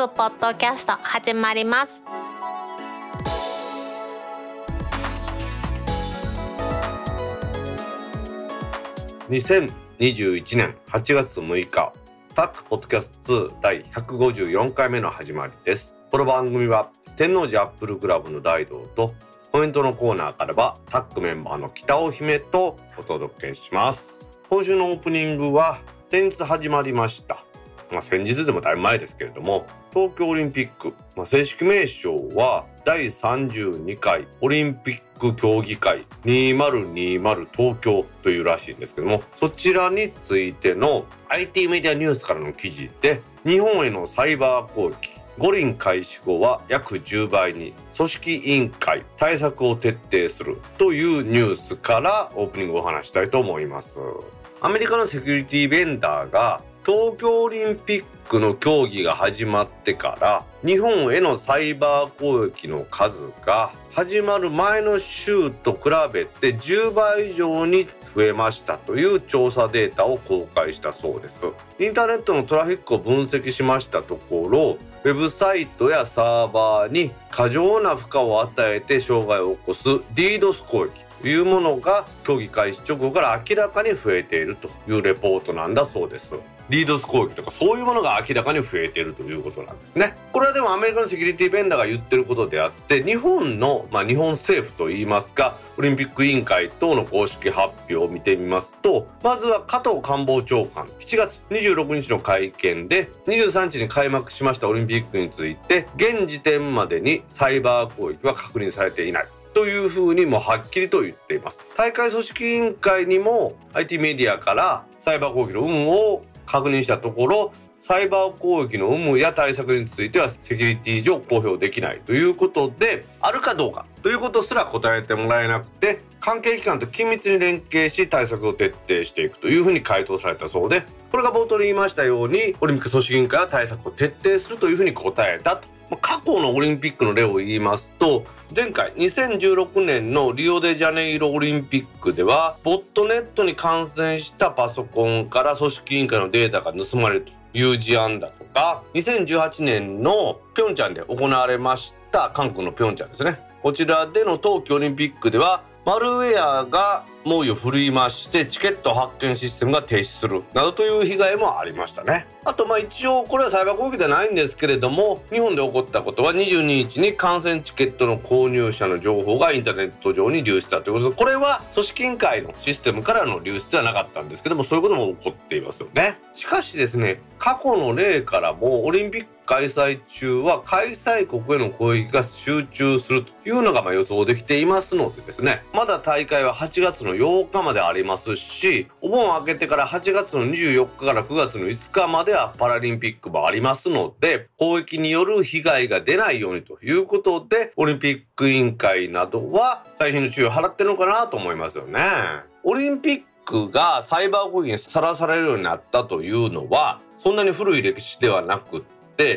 クポッドキャスト始まります。 2021年8月6日タックポッドキャスト2第154回目の始まりです。この番組は天王寺アップルクラブの大道とコメントのコーナーからはタックメンバーの北尾姫とお届けします。今週のオープニングは先日始まりました、先日でもだいぶ前ですけれども東京オリンピック、正式名称は第32回オリンピック競技会2020東京というらしいんですけども、そちらについての IT メディアニュースからの記事で、日本へのサイバー攻撃五輪開始後は約10倍に組織委員会対策を徹底するというニュースからオープニングをお話したいと思います。アメリカのセキュリティベンダーが東京オリンピックの競技が始まってから日本へのサイバー攻撃の数が始まる前の週と比べて10倍以上に増えましたという調査データを公開したそうです。インターネットのトラフィックを分析しましたところ、ウェブサイトやサーバーに過剰な負荷を与えて障害を起こす DDoS 攻撃というものが競技開始直後から明らかに増えているというレポートなんだそうです。DDoS 攻撃とかそういうものが明らかに増えているということなんですね。これはでもアメリカのセキュリティベンダーが言ってることであって、日本の、日本政府といいますかオリンピック委員会等の公式発表を見てみますと、まずは加藤官房長官7月26日の会見で23日に開幕しましたオリンピックについて、現時点までにサイバー攻撃は確認されていないというふうにもはっきりと言っています。大会組織委員会にも IT メディアからサイバー攻撃の有無を確認したところ、サイバー攻撃の有無や対策についてはセキュリティ上公表できないということで、あるかどうかということすら答えてもらえなくて、関係機関と緊密に連携し対策を徹底していくというふうに回答されたそうで、これが冒頭に言いましたようにオリンピック組織委員会は対策を徹底するというふうに答えたと。過去のオリンピックの例を言いますと、前回2016年のリオデジャネイロオリンピックではボットネットに感染したパソコンから組織委員会のデータが盗まれるという事案だとか、2018年のピョンチャンで行われました韓国のピョンチャンですね、こちらでの冬季オリンピックではマルウェアが猛威を振るいましてチケット発券システムが停止するなどという被害もありましたね。あと一応これはサイバー攻撃ではないんですけれども、日本で起こったことは22日に観戦チケットの購入者の情報がインターネット上に流出したということで、これは組織委員会のシステムからの流出ではなかったんですけども、そういうことも起こっていますよね。しかしですね、過去の例からもオリンピック開催中は開催国への攻撃が集中するというのが予想できていますのでですね、まだ大会は8月の8日までありますし、お盆を明けてから8月の24日から9月の5日まではパラリンピックもありますので、攻撃による被害が出ないようにということでオリンピック委員会などは細心の注意を払ってるのかなと思いますよね。オリンピックがサイバー攻撃にさらされるようになったというのはそんなに古い歴史ではなくって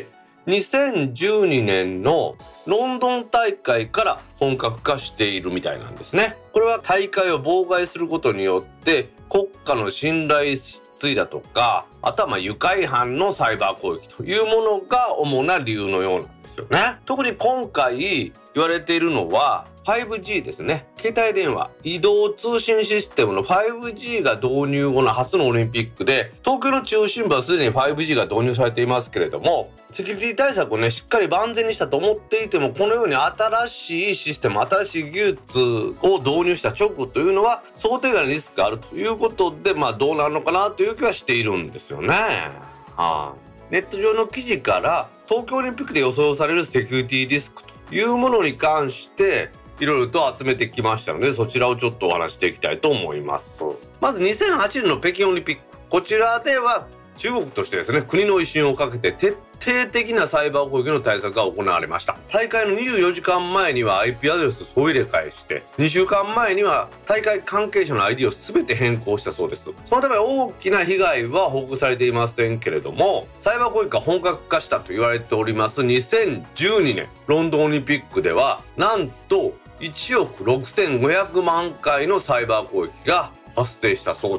、2012年のロンドン大会から本格化しているみたいなんですね。これは大会を妨害することによって国家の信頼失墜だとか、あとは愉快犯のサイバー攻撃というものが主な理由のようなんですよね。特に今回言われているのは 5G ですね。携帯電話移動通信システムの 5G が導入後の初のオリンピックで、東京の中心部はすでに 5G が導入されていますけれども、セキュリティ対策をしっかり万全にしたと思っていても、このように新しいシステム、新しい技術を導入した直後というのは想定外のリスクがあるということで、どうなるのかなという気はしているんですよね。ネット上の記事から東京オリンピックで予想されるセキュリティリスクというものに関していろいろと集めてきましたので、そちらをちょっとお話していきたいと思います。まず2008年の北京オリンピック、こちらでは中国としてですね、国の威信をかけて徹底的なサイバー攻撃の対策が行われました。大会の24時間前には IP アドレスを総入れ替えして、2週間前には大会関係者の ID を全て変更したそうです。そのため大きな被害は報告されていませんけれども、サイバー攻撃が本格化したと言われております2012年ロンドンオリンピックではなんと1億6500万回のサイバー攻撃が発生したそうです。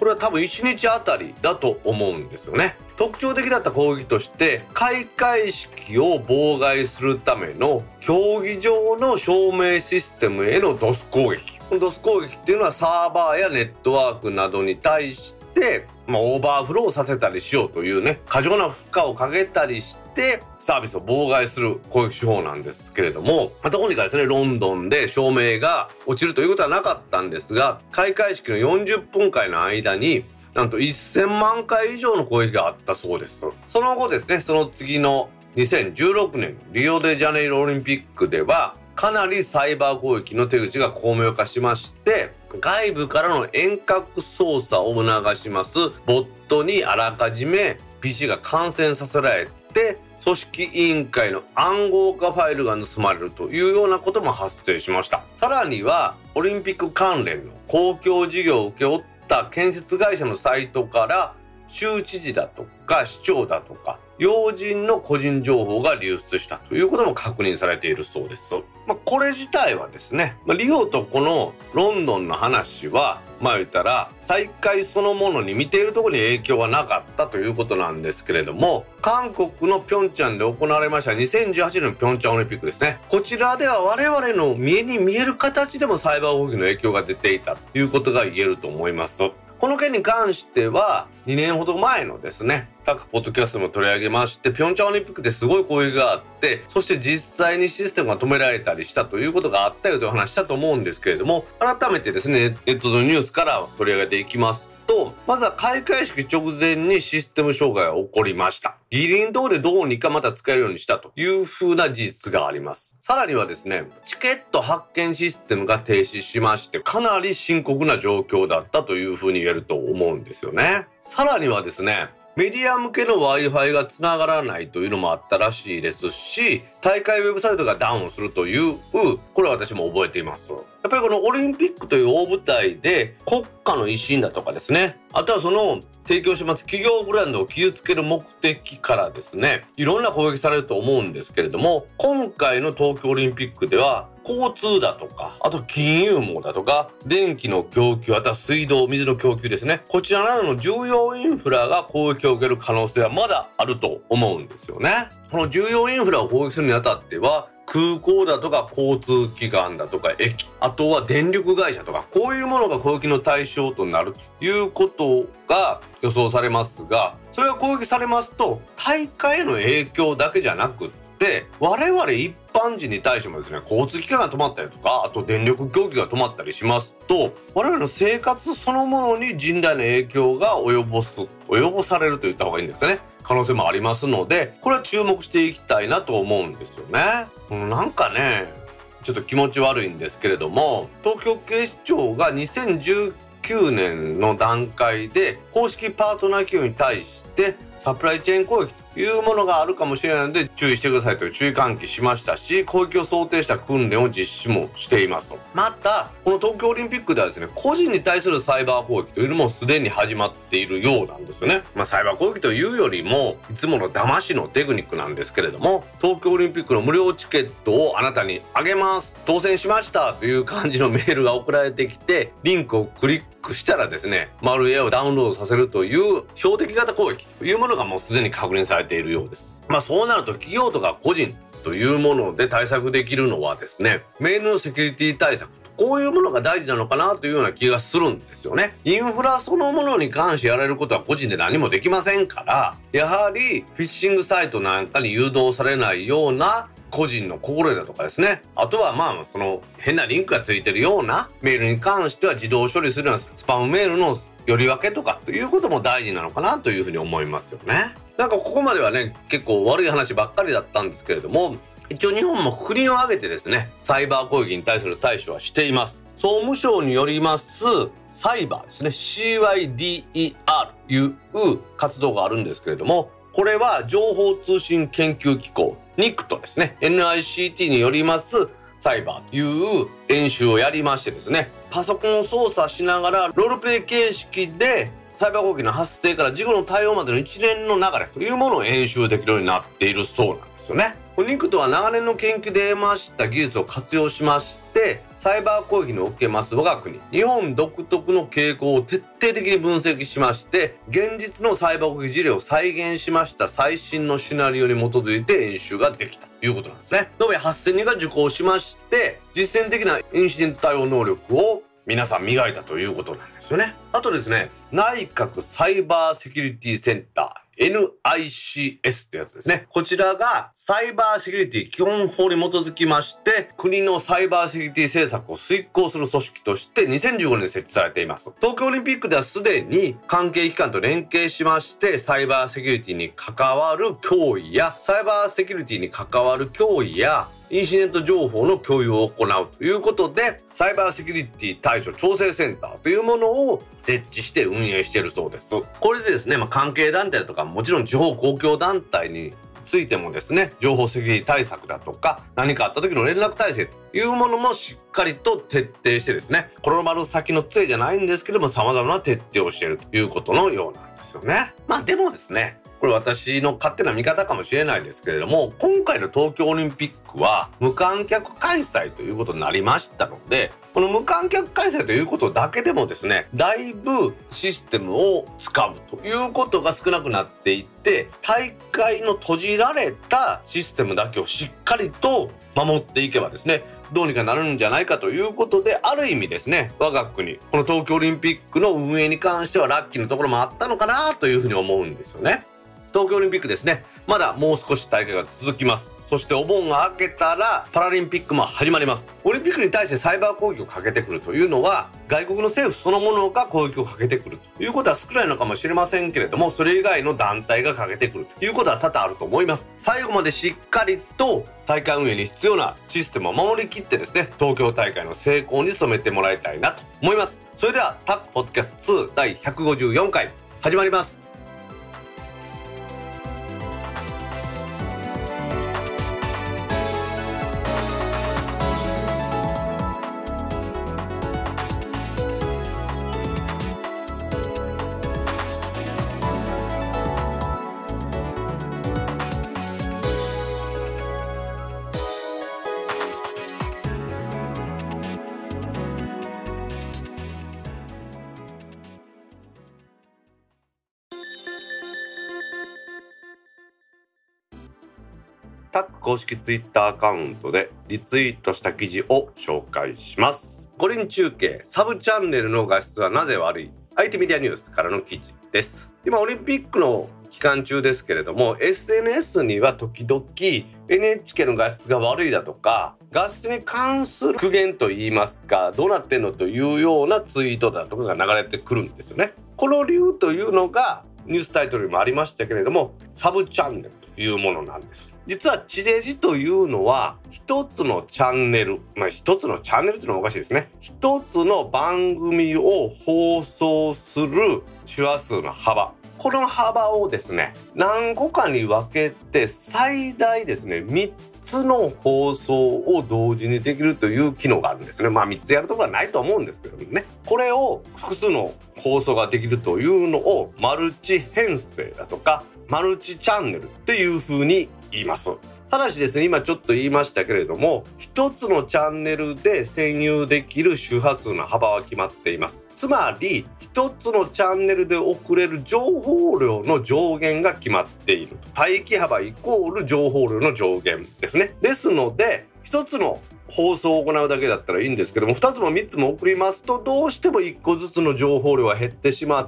これは多分1日あたりだと思うんですよね。特徴的だった攻撃として開会式を妨害するための競技場の照明システムへのドス攻撃。このドス攻撃っていうのはサーバーやネットワークなどに対してオーバーフローさせたりしようというね、過剰な負荷をかけたりしてサービスを妨害する攻撃手法なんですけれども、どうにかですねロンドンで照明が落ちるということはなかったんですが、開会式の40分間の間になんと1000万回以上の攻撃があったそうです。その後ですね、その次の2016年リオデジャネイロオリンピックではかなりサイバー攻撃の手口が巧妙化しまして、外部からの遠隔操作を促しますボットにあらかじめ PC が感染させられて、組織委員会の暗号化ファイルが盗まれるというようなことも発生しました。さらにはオリンピック関連の公共事業を請け負った建設会社のサイトから州知事だとか市長だとか要人の個人情報が流出したということも確認されているそうです。これ自体はですね、リオとこのロンドンの話は言ったら大会そのものに見ているところに影響はなかったということなんですけれども、韓国のピョンチャンで行われました2018年のピョンチャンオリンピックですね、こちらでは我々の目に見える形でもサイバー攻撃の影響が出ていたということが言えると思います。この件に関しては2年ほど前のですね各ポッドキャストも取り上げまして、ピョンチャンオリンピックですごい攻撃があって、そして実際にシステムが止められたりしたということがあったよという話したと思うんですけれども、改めてですねネットのニュースから取り上げていきますと、まずは開会式直前にシステム障害が起こりました。ギリン島でどうにかまた使えるようにしたという風な事実があります。さらにはですねチケット発券システムが停止しまして、かなり深刻な状況だったという風に言えると思うんですよね。さらにはですねメディア向けの Wi-Fi がつながらないというのもあったらしいですし、大会ウェブサイトがダウンするというこれは私も覚えています。やっぱりこのオリンピックという大舞台で国家の威信だとかですね、あとはその提供します企業ブランドを傷つける目的からですねいろんな攻撃されると思うんですけれども、今回の東京オリンピックでは交通だとか、あと金融網だとか電気の供給、あとは水道水の供給ですね、こちらなどの重要インフラが攻撃を受ける可能性はまだあると思うんですよね。この重要インフラを攻撃するにあたっては空港だとか交通機関だとか駅、あとは電力会社とか、こういうものが攻撃の対象となるということが予想されますが、それが攻撃されますと大会への影響だけじゃなくって我々一般人に対してもですね交通機関が止まったりとか、あと電力供給が止まったりしますと我々の生活そのものに甚大な影響が及ぼされると言った方がいいんですかね、可能性もありますので、これは注目していきたいなと思うんですよね。なんかねちょっと気持ち悪いんですけれども、東京警視庁が2019年の段階で公式パートナー企業に対してサプライチェーン攻撃というものがあるかもしれないので注意してくださいという注意喚起しましたし、攻撃を想定した訓練を実施もしています。またこの東京オリンピックではですね個人に対するサイバー攻撃というのもすでに始まっているようなんですよね。サイバー攻撃というよりもいつもの騙しのテクニックなんですけれども、東京オリンピックの無料チケットをあなたにあげます、当選しましたという感じのメールが送られてきて、リンクをクリックしたらですねマルウェアをダウンロードさせるという標的型攻撃というものがもうすでに確認されているようです。そうなると企業とか個人というもので対策できるのはですねメールのセキュリティ対策、こういうものが大事なのかなというような気がするんですよね。インフラそのものに関してやれることは個人で何もできませんから、やはりフィッシングサイトなんかに誘導されないような個人の心得だとかですね、あとはその変なリンクがついてるようなメールに関しては自動処理するようなスパムメールのより分けとかということも大事なのかなというふうに思いますよね。なんかここまではね結構悪い話ばっかりだったんですけれども、一応日本も国を挙げてですねサイバー攻撃に対する対処はしています。総務省によりますサイバーですね CYDER いう活動があるんですけれども、これは情報通信研究機構 NICT ですね NICT によりますサイバーという演習をやりましてですね、パソコンを操作しながらロールプレイ形式でサイバー攻撃の発生から事後の対応までの一連の流れというものを演習できるようになっているそうなんですよね。 ニクトは長年の研究で得ました技術を活用しましてサイバー攻撃の受けます我が国日本独特の傾向を徹底的に分析しまして現実のサイバー攻撃事例を再現しました最新のシナリオに基づいて演習ができたということなんですね。延べ8000人が受講しまして実践的なインシデント対応能力を皆さん磨いたということなんですよね。あとですね、内閣サイバーセキュリティセンターNICS ってやつですね。こちらがサイバーセキュリティ基本法に基づきまして国のサイバーセキュリティ政策を遂行する組織として2015年に設置されています。東京オリンピックではすでに関係機関と連携しましてサイバーセキュリティに関わる脅威やサイバーセキュリティに関わる脅威やインシデント情報の共有を行うということでサイバーセキュリティ対処調整センターというものを設置して運営しているそうです。これでですね、関係団体とかもちろん地方公共団体についてもですね情報セキュリティ対策だとか何かあった時の連絡体制というものもしっかりと徹底してですね転ばる先の杖じゃないんですけども様々な徹底をしているということのようなんですよね。でもですねこれ私の勝手な見方かもしれないですけれども今回の東京オリンピックは無観客開催ということになりましたのでこの無観客開催ということだけでもですねだいぶシステムを使うということが少なくなっていって大会の閉じられたシステムだけをしっかりと守っていけばですねどうにかなるんじゃないかということである意味ですね我が国この東京オリンピックの運営に関してはラッキーなところもあったのかなというふうに思うんですよね。東京オリンピックですねまだもう少し大会が続きます。そしてお盆が明けたらパラリンピックも始まります。オリンピックに対してサイバー攻撃をかけてくるというのは外国の政府そのものが攻撃をかけてくるということは少ないのかもしれませんけれどもそれ以外の団体がかけてくるということは多々あると思います。最後までしっかりと大会運営に必要なシステムを守りきってですね東京大会の成功に努めてもらいたいなと思います。それではタックポッドキャスト2第154回始まります。タック公式ツイッターアカウントでリツイートした記事を紹介します。五輪中継サブチャンネルの画質はなぜ悪い IT メディアニュースからの記事です。今オリンピックの期間中ですけれども SNS には時々 NHK の画質が悪いだとか画質に関する苦言といいますかどうなってんのというようなツイートだとかが流れてくるんですよね。この理由というのがニュースタイトルにもありましたけれどもサブチャンネルというものなんです。実は地デジというのは一つのチャンネル一つのチャンネルというのはおかしいですね。一つの番組を放送する周波数の幅この幅をですね何個かに分けて最大ですね3つの放送を同時にできるという機能があるんですね。3つやるところはないと思うんですけどもねこれを複数の放送ができるというのをマルチ編成だとかマルチチャンネルっていう風に言います。ただしですね今ちょっと言いましたけれども一つのチャンネルで占有できる周波数の幅は決まっています。つまり一つのチャンネルで送れる情報量の上限が決まっている帯域幅イコール情報量の上限ですね。ですので一つの放送を行うだけだったらいいんですけども2つも3つも送りますとどうしても1個ずつの情報量が減ってしまって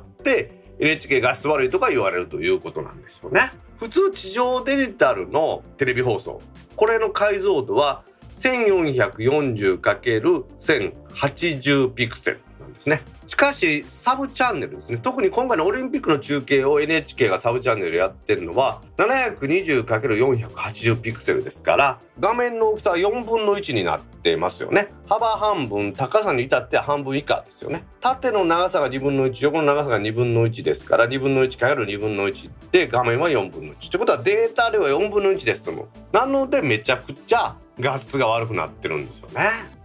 NHK 画質悪いとか言われるということなんですよね。普通地上デジタルのテレビ放送これの解像度は 1440×1080 ピクセルなんですね。しかしサブチャンネルですね特に今回のオリンピックの中継を NHK がサブチャンネルでやってるのは 720×480 ピクセルですから画面の大きさは4分の1になってますよね。幅半分高さに至っては半分以下ですよね。縦の長さが2分の1横の長さが2分の1ですから2分の 1×2 分の1で画面は4分の1ということはデータでは4分の1ですもん。なのでめちゃくちゃ画質が悪くなってるんですよね。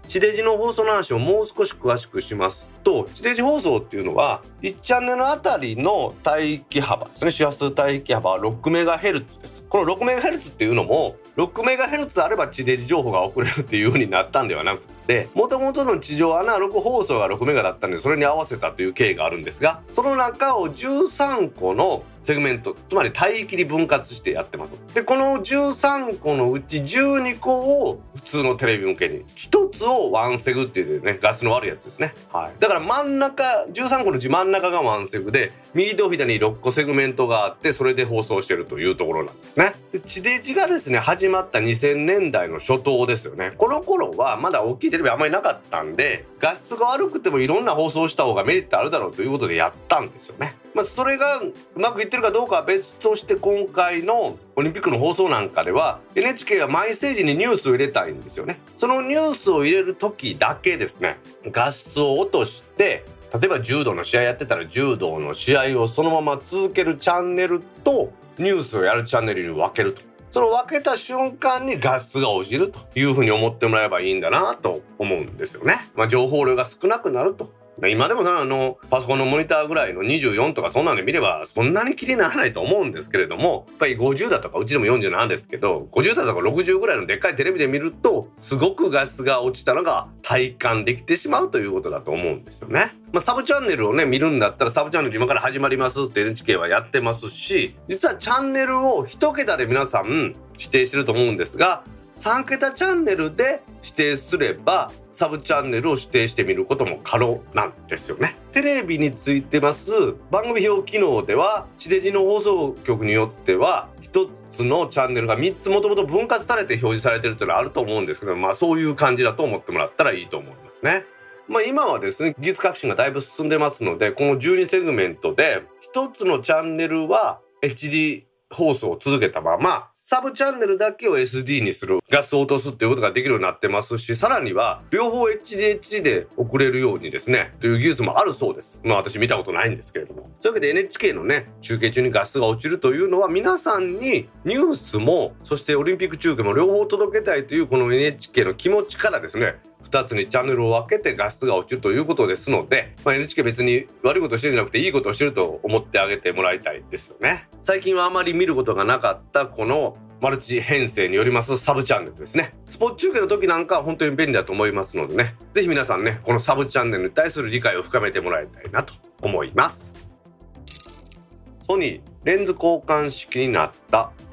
地デジの放送の話をもう少し詳しくしますと、地デジ放送っていうのは1チャンネルあたりの帯域幅ですね。周波数帯域幅は 6MHz です。この 6MHz っていうのも 6MHz あれば地デジ情報が送れるっていう風になったんではなくて、もともとの地上アナログ放送が 6MHz だったんで、それに合わせたという経緯があるんですが、その中を13個のセグメント、つまり帯域に分割してやってます。でこの13個のうち12個を普通のテレビ向けに、1つをワンセグっていうね、ガスの悪いやつですね。だから真ん中13個のうち真ん中がワンセグで、右と左に6個セグメントがあって、それで放送してるというところなんですね。で地デジがですね始まった2000年代の初頭ですよね。この頃はまだ大きいテレビあんまりなかったんで、画質が悪くてもいろんな放送した方がメリットあるだろうということでやったんですよね。それがうまくいってるかどうかは別として、今回のオリンピックの放送なんかでは NHK がマイステージにニュースを入れたいんですよね。そのニュースを入れる時だけですね、画質を落として、例えば柔道の試合やってたら柔道の試合をそのまま続けるチャンネルとニュースをやるチャンネルに分けると。その分けた瞬間に画質が落ちるというふうに思ってもらえばいいんだなと思うんですよね。情報量が少なくなると。今でもパソコンのモニターぐらいの24とかそんなので見ればそんなに気にならないと思うんですけれども、やっぱり50だとか、うちでも47ですけど、50だとか60ぐらいのでっかいテレビで見るとすごく画質が落ちたのが体感できてしまうということだと思うんですよね。サブチャンネルをね見るんだったら、サブチャンネル今から始まりますって NHK はやってますし、実はチャンネルを1桁で皆さん指定してると思うんですが、3桁チャンネルで指定すればサブチャンネルを指定してみることも可能なんですよね。テレビについてます番組表機能では、地デジの放送局によっては1つのチャンネルが3つもともと分割されて表示されてるっていうのはあると思うんですけど、そういう感じだと思ってもらったらいいと思いますね。今はですね、技術革新がだいぶ進んでますので、この12セグメントで1つのチャンネルは HD 放送を続けたまま、サブチャンネルだけを SD にする、画質を落とすっていうことができるようになってますし、さらには両方 HDHD で送れるようにですねという技術もあるそうです。私見たことないんですけれども、というわけで NHK のね中継中に画質が落ちるというのは、皆さんにニュースもそしてオリンピック中継も両方届けたいというこの NHK の気持ちからですね、2つにチャンネルを分けて画質が落ちるということですので、NHK 別に悪いことしてるんじゃなくていいことをしてると思ってあげてもらいたいですよね。最近はあまり見ることがなかったこのマルチ編成によりますサブチャンネルですね。スポーツ中継の時なんかは本当に便利だと思いますのでね、ぜひ皆さんねこのサブチャンネルに対する理解を深めてもらいたいなと思います。ソニーレンズ交換式になった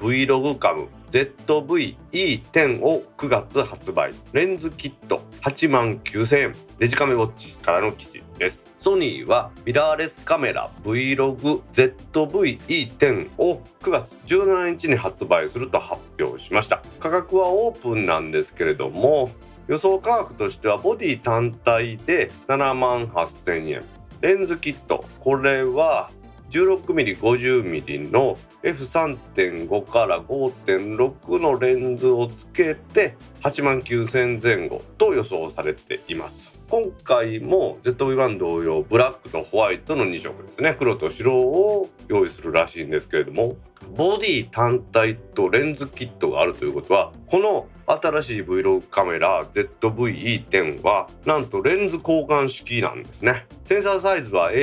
Vlogcam ZV-E10 を9月発売。レンズキット89,000円。デジカメウォッチからの記事です。ソニーはミラーレスカメラ Vlog ZV-E10 を9月17日に発売すると発表しました。価格はオープンなんですけれども、予想価格としてはボディ単体で78,000円。レンズキット、これは 16mm、50mm の F3.5 から 5.6 のレンズをつけて89,000前後と予想されています。今回も ZV-1 同様ブラックとホワイトの2色ですね、黒と白を用意するらしいんですけれども、ボディ単体とレンズキットがあるということは、この新しい Vlog カメラ ZV-E10 はなんとレンズ交換式なんですね。センサーサイズは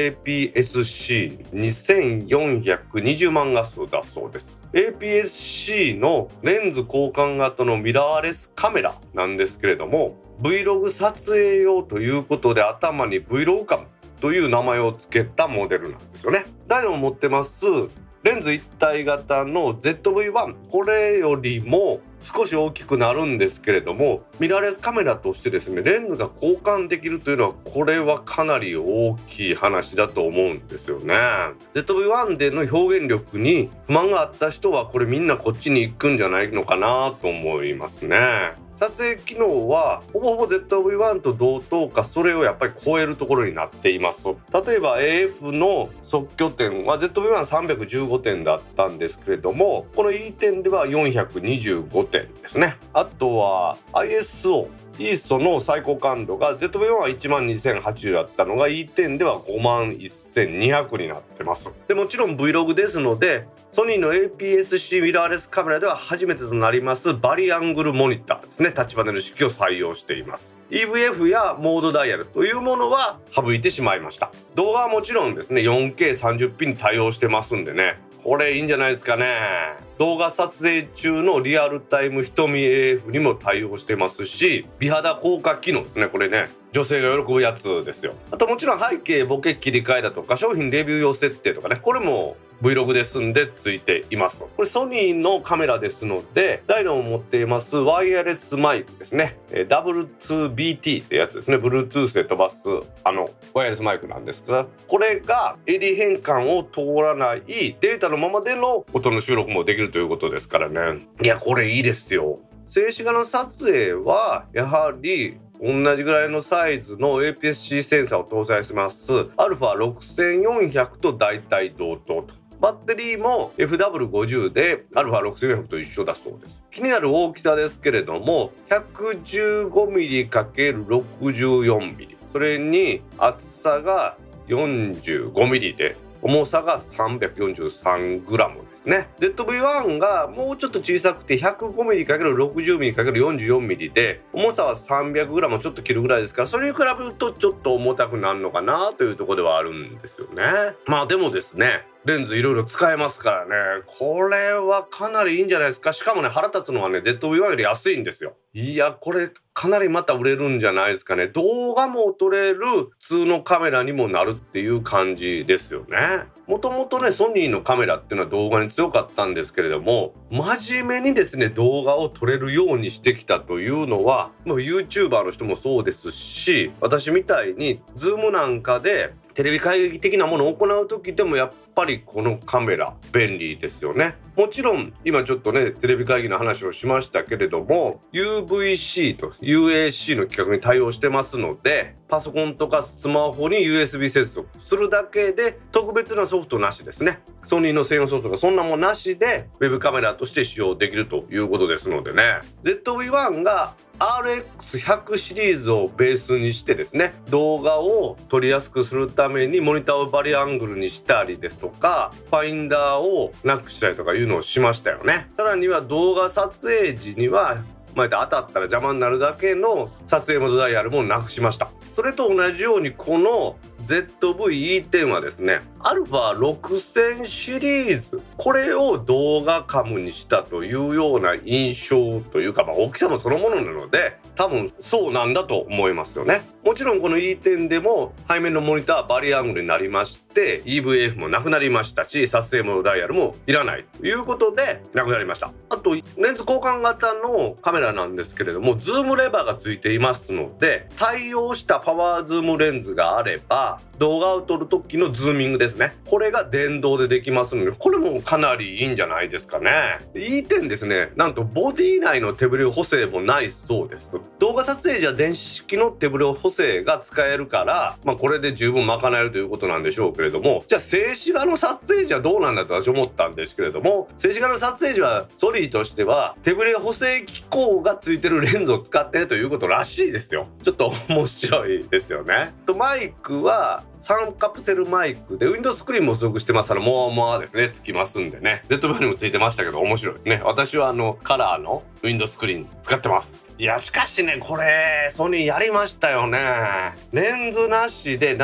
APS-C2420 万画素だそうです。 APS-C のレンズ交換型のミラーレスカメラなんですけれども、 Vlog 撮影用ということで頭に Vlogcam という名前を付けたモデルなんですよね。誰も持ってますレンズ一体型の ZV-1、 これよりも少し大きくなるんですけれども、ミラーレスカメラとしてですねレンズが交換できるというのは、これはかなり大きい話だと思うんですよね。 ZV-1 での表現力に不満があった人は、これみんなこっちに行くんじゃないのかなと思いますね。撮影機能はほぼほぼ ZV-1 と同等か、それをやっぱり超えるところになっています。例えば AF の即興点は ZV-1 315点だったんですけれども、この E 点では425点ですね。あとは ISO ISO の最高感度が ZV-1 は12080だったのが E10 では51200になってます。でもちろん Vlog ですので、ソニーの APS-C ミラーレスカメラでは初めてとなりますバリアングルモニターですね、タッチパネル式を採用しています。 EVF やモードダイヤルというものは省いてしまいました。動画はもちろんですね 4K30p に対応してますんでね、これいいんじゃないですかね。動画撮影中のリアルタイム瞳 AF にも対応してますし、美肌効果機能ですね、これね女性が喜ぶやつですよ。あともちろん背景ボケ切り替えだとか商品レビュー用設定とかね、これも Vlog ですんでついています。これソニーのカメラですので、ダイドも持っていますワイヤレスマイクですね、W2BT ってやつですね、 Bluetooth で飛ばすワイヤレスマイクなんですが、これが AD 変換を通らないデータのままでの音の収録もできるということですからね。いやこれいいですよ。静止画の撮影はやはり同じぐらいのサイズの APS-C センサーを搭載します α6400 と大体同等と、バッテリーも FW50 で α6400 と一緒だそうです。気になる大きさですけれども 115mm×64mm、 それに厚さが 45mm で重さが 343g ですね。 ZV-1 がもうちょっと小さくて 105mm×60mm×44mm で重さは 300g ちょっと切るぐらいですから、それに比べるとちょっと重たくなるのかなというところではあるんですよね。まあでもですね、レンズいろいろ使えますからね、これはかなりいいんじゃないですか。しかもね、腹立つのはね ZV-1 より安いんですよ。いやこれかなりまた売れるんじゃないですかね。動画も撮れる普通のカメラにもなるっていう感じですよね。もともとねソニーのカメラっていうのは動画に強かったんですけれども、真面目にですね動画を撮れるようにしてきたというのはもう YouTuber の人もそうですし、私みたいに Zoom なんかでテレビ会議的なものを行う時でもやっぱりこのカメラ便利ですよね。もちろん今ちょっとねテレビ会議の話をしましたけれども UVC と UAC の規格に対応してますので、パソコンとかスマホに USB 接続するだけで特別なソフトなしですね。ソニーの専用ソフトがそんなもんなしでウェブカメラとして使用できるということですのでね、 ZV-1 がRX100 シリーズをベースにしてですね、動画を撮りやすくするためにモニターをバリアングルにしたりですとか、ファインダーをなくしたりとかいうのをしましたよね。さらには動画撮影時には当たったら邪魔になるだけの撮影モードダイヤルもなくしました。それと同じようにこの ZV-E10 はですね α6000 シリーズ、これを動画カムにしたというような印象というか、大きさもそのものなので多分そうなんだと思いますよね。もちろんこの E10 でも背面のモニターはバリアングルになりまして EVF もなくなりましたし、撮影モードダイヤルもいらないということでなくなりました。あとレンズ交換型のカメラなんですけれどもズームレバーがついていますので、対応したパワーズームレンズがあれば動画を撮る時のズーミングですね、これが電動でできますので、これもかなりいいんじゃないですかね。E10 ですね、なんとボディ内の手ブレ補正もないそうです。動画撮影時は電子式の手ブレ補正が使えるから、これで十分賄えるということなんでしょうけれども、じゃあ静止画の撮影時はどうなんだと私思ったんですけれども、静止画の撮影時はソニーとしては手ブレ補正機構がついてるレンズを使ってるということらしいですよ。ちょっと面白いですよね。とマイクは3カプセルマイクでウィンドウスクリーンも付属してますから、もうですねつきますんでね、 ZV にもついてましたけど面白いですね。私はカラーのウィンドウスクリーン使ってます。いやしかしねこれソニーやりましたよね。レンズなしで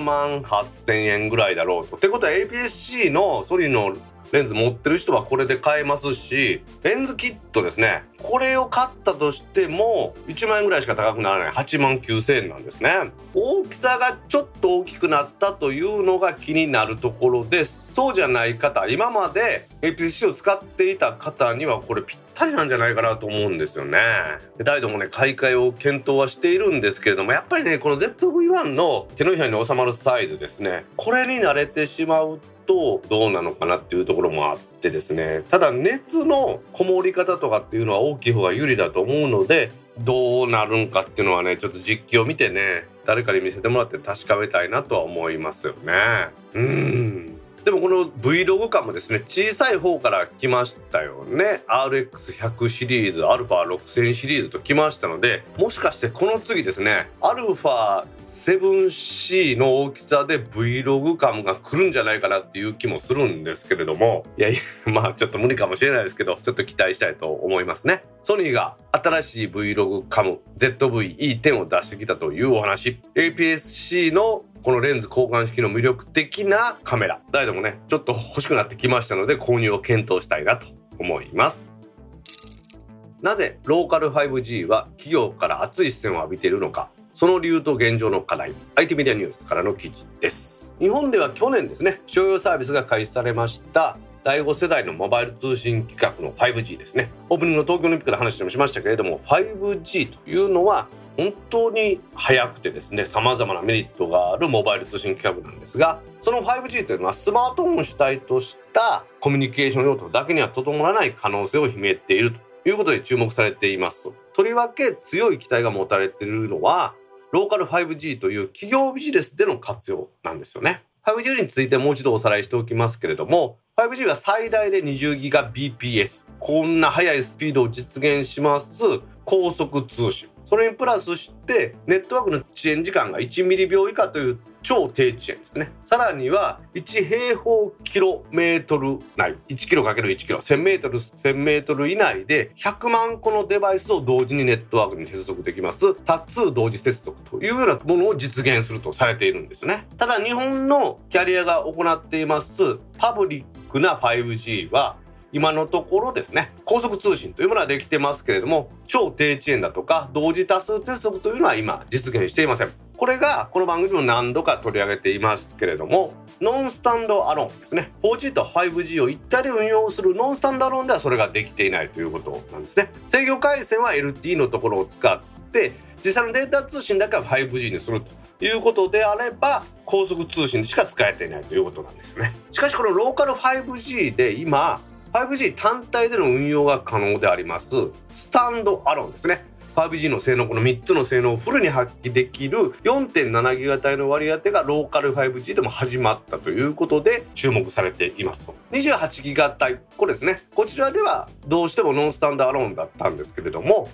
78,000円ぐらいだろうと。ってことは APS-C のソニーのレンズ持ってる人はこれで買えますし、レンズキットですね、これを買ったとしても1万円ぐらいしか高くならない89,000円なんですね。大きさがちょっと大きくなったというのが気になるところで、そうじゃない方、今まで APS-C を使っていた方にはこれぴったりなんじゃないかなと思うんですよね。ダイドもね買い替えを検討はしているんですけれども、やっぱりねこの ZV-1 の手のひらに収まるサイズですね、これに慣れてしまうとどうなのかなっていうところもあってですね、ただ熱のこもり方とかっていうのは大きい方が有利だと思うので、どうなるんかっていうのはねちょっと実機を見てね誰かに見せてもらって確かめたいなとは思いますよね。 でもこの Vlog 感もですね、小さい方から来ましたよね。 RX100 シリーズ、α6000 シリーズと来ましたので、もしかしてこの次ですね、α7C の大きさで Vlog 感が来るんじゃないかなっていう気もするんですけれども、いやまあちょっと無理かもしれないですけど、ちょっと期待したいと思いますね。ソニーが新しい Vlog カム ZV-E10 を出してきたというお話、 APS-C のこのレンズ交換式の魅力的なカメラ、誰でもねちょっと欲しくなってきましたので、購入を検討したいなと思います。なぜローカル 5G は企業から熱い視線を浴びているのか、その理由と現状の課題、 IT メディアニュースからの記事です。日本では去年ですね、商用サービスが開始されました第5世代のモバイル通信規格の 5G ですね。オープニングの東京オリンピックで話もしましたけれども、 5G というのは本当に速くてですね、様々なメリットがあるモバイル通信規格なんですが、その 5G というのはスマートフォンを主体としたコミュニケーション用途だけにはとどまらない可能性を秘めているということで注目されています。とりわけ強い期待が持たれているのはローカル 5G という企業ビジネスでの活用なんですよね。 5G についてもう一度おさらいしておきますけれども、 5G は最大で 20Gbps、 こんな速いスピードを実現します高速通信、それにプラスしてネットワークの遅延時間が1ミリ秒以下という超低遅延ですね。さらには1平方キロメートル内、1キロ ×1 キロ、1000メートル以内で100万個のデバイスを同時にネットワークに接続できます多数同時接続というようなものを実現するとされているんですよね。ただ日本のキャリアが行っていますパブリックな 5G は今のところですね、高速通信というものはできてますけれども、超低遅延だとか同時多数接続というのは今実現していません。これがこの番組も何度か取り上げていますけれども、ノンスタンドアローンですね。 4G と 5G を一体で運用するノンスタンドアローンではそれができていないということなんですね。制御回線は LTE のところを使って実際のデータ通信だけは 5G にするということであれば高速通信しか使えていないということなんですよね。しかしこのローカル 5G で今 5G 単体での運用が可能でありますスタンドアローンですね。 5G の性能、この3つの性能をフルに発揮できる 4.7 ギガ帯の割り当てがローカル 5G でも始まったということで注目されています。28ギガ帯、これですね、こちらではどうしてもノンスタンドアローンだったんですけれども、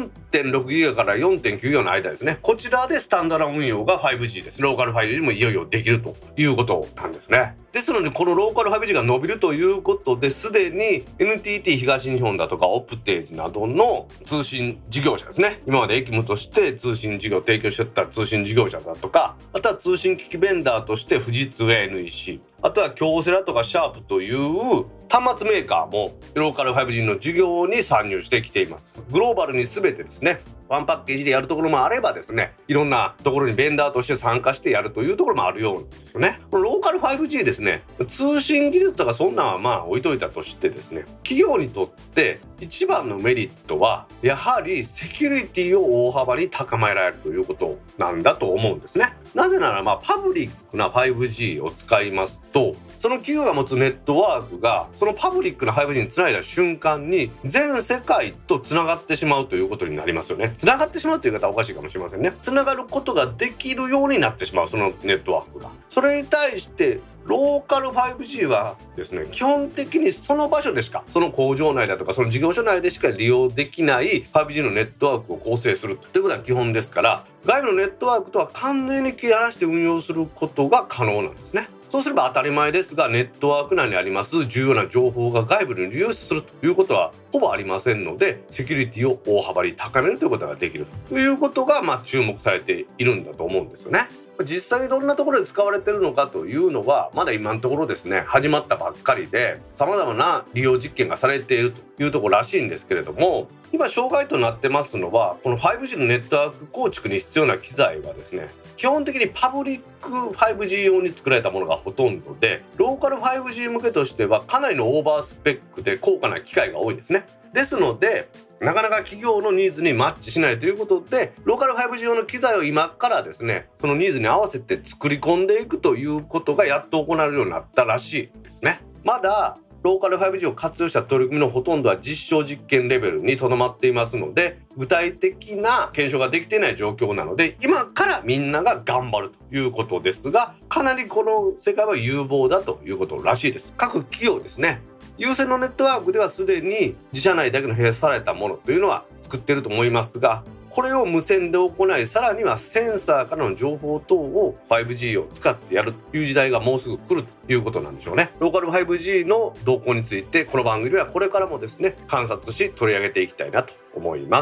4.6 ギガから 4.9 ギガの間ですね、こちらでスタンドアローン運用が 5G です。ローカル 5G もいよいよできるということなんですね。ですのでこのローカル 5G が伸びるということで、すでに NTT 東日本だとかオプテージなどの通信事業者ですね、今までエキムとして通信事業を提供していた通信事業者だとか、あとは通信機器ベンダーとして富士通や NEC、 あとは京セラとかシャープという端末メーカーもローカル 5G の事業に参入してきています。グローバルに全てですね、ワンパッケージでやるところもあればですね、いろんなところにベンダーとして参加してやるというところもあるようなんですよね。このローカル 5G ですね、通信技術とかそんなんはまあ置いといたとしてですね、企業にとって一番のメリットはやはりセキュリティを大幅に高められるということなんだと思うんですね。なぜならパブリックな 5G を使いますと、その企業が持つネットワークがそのパブリックな 5G につないだ瞬間に全世界とつながってしまうということになりますよね。つながってしまうという言い方はおかしいかもしれませんね。つながることができるようになってしまう、そのネットワークが。それに対してローカル 5G はですね、基本的にその場所でしか、その工場内だとかその事業所内でしか利用できない 5G のネットワークを構成するということが基本ですから、外部のネットワークとは完全に切り離して運用することが可能なんですね。そうすれば当たり前ですが、ネットワーク内にあります重要な情報が外部に流出するということはほぼありませんので、セキュリティを大幅に高めるということができるということが注目されているんだと思うんですよね。実際にどんなところで使われているのかというのはまだ今のところですね、始まったばっかりで様々な利用実験がされているというところらしいんですけれども、今障害となってますのはこの 5G のネットワーク構築に必要な機材はですね、基本的にパブリック 5G 用に作られたものがほとんどで、ローカル 5G 向けとしてはかなりのオーバースペックで高価な機械が多いですね。ですのでなかなか企業のニーズにマッチしないということで、ローカル 5G 用の機材を今からですね、そのニーズに合わせて作り込んでいくということがやっと行われるようになったらしいですね。まだローカル 5G を活用した取り組みのほとんどは実証実験レベルにとどまっていますので、具体的な検証ができていない状況なので、今からみんなが頑張るということですが、かなりこの世界は有望だということらしいです。各企業ですね、有線のネットワークではすでに自社内だけの閉鎖されたものというのは作っていると思いますが、これを無線で行い、さらにはセンサーからの情報等を 5G を使ってやるという時代がもうすぐ来るということなんでしょうね。ローカル 5G の動向について、この番組ではこれからもですね、観察し取り上げていきたいなと思います。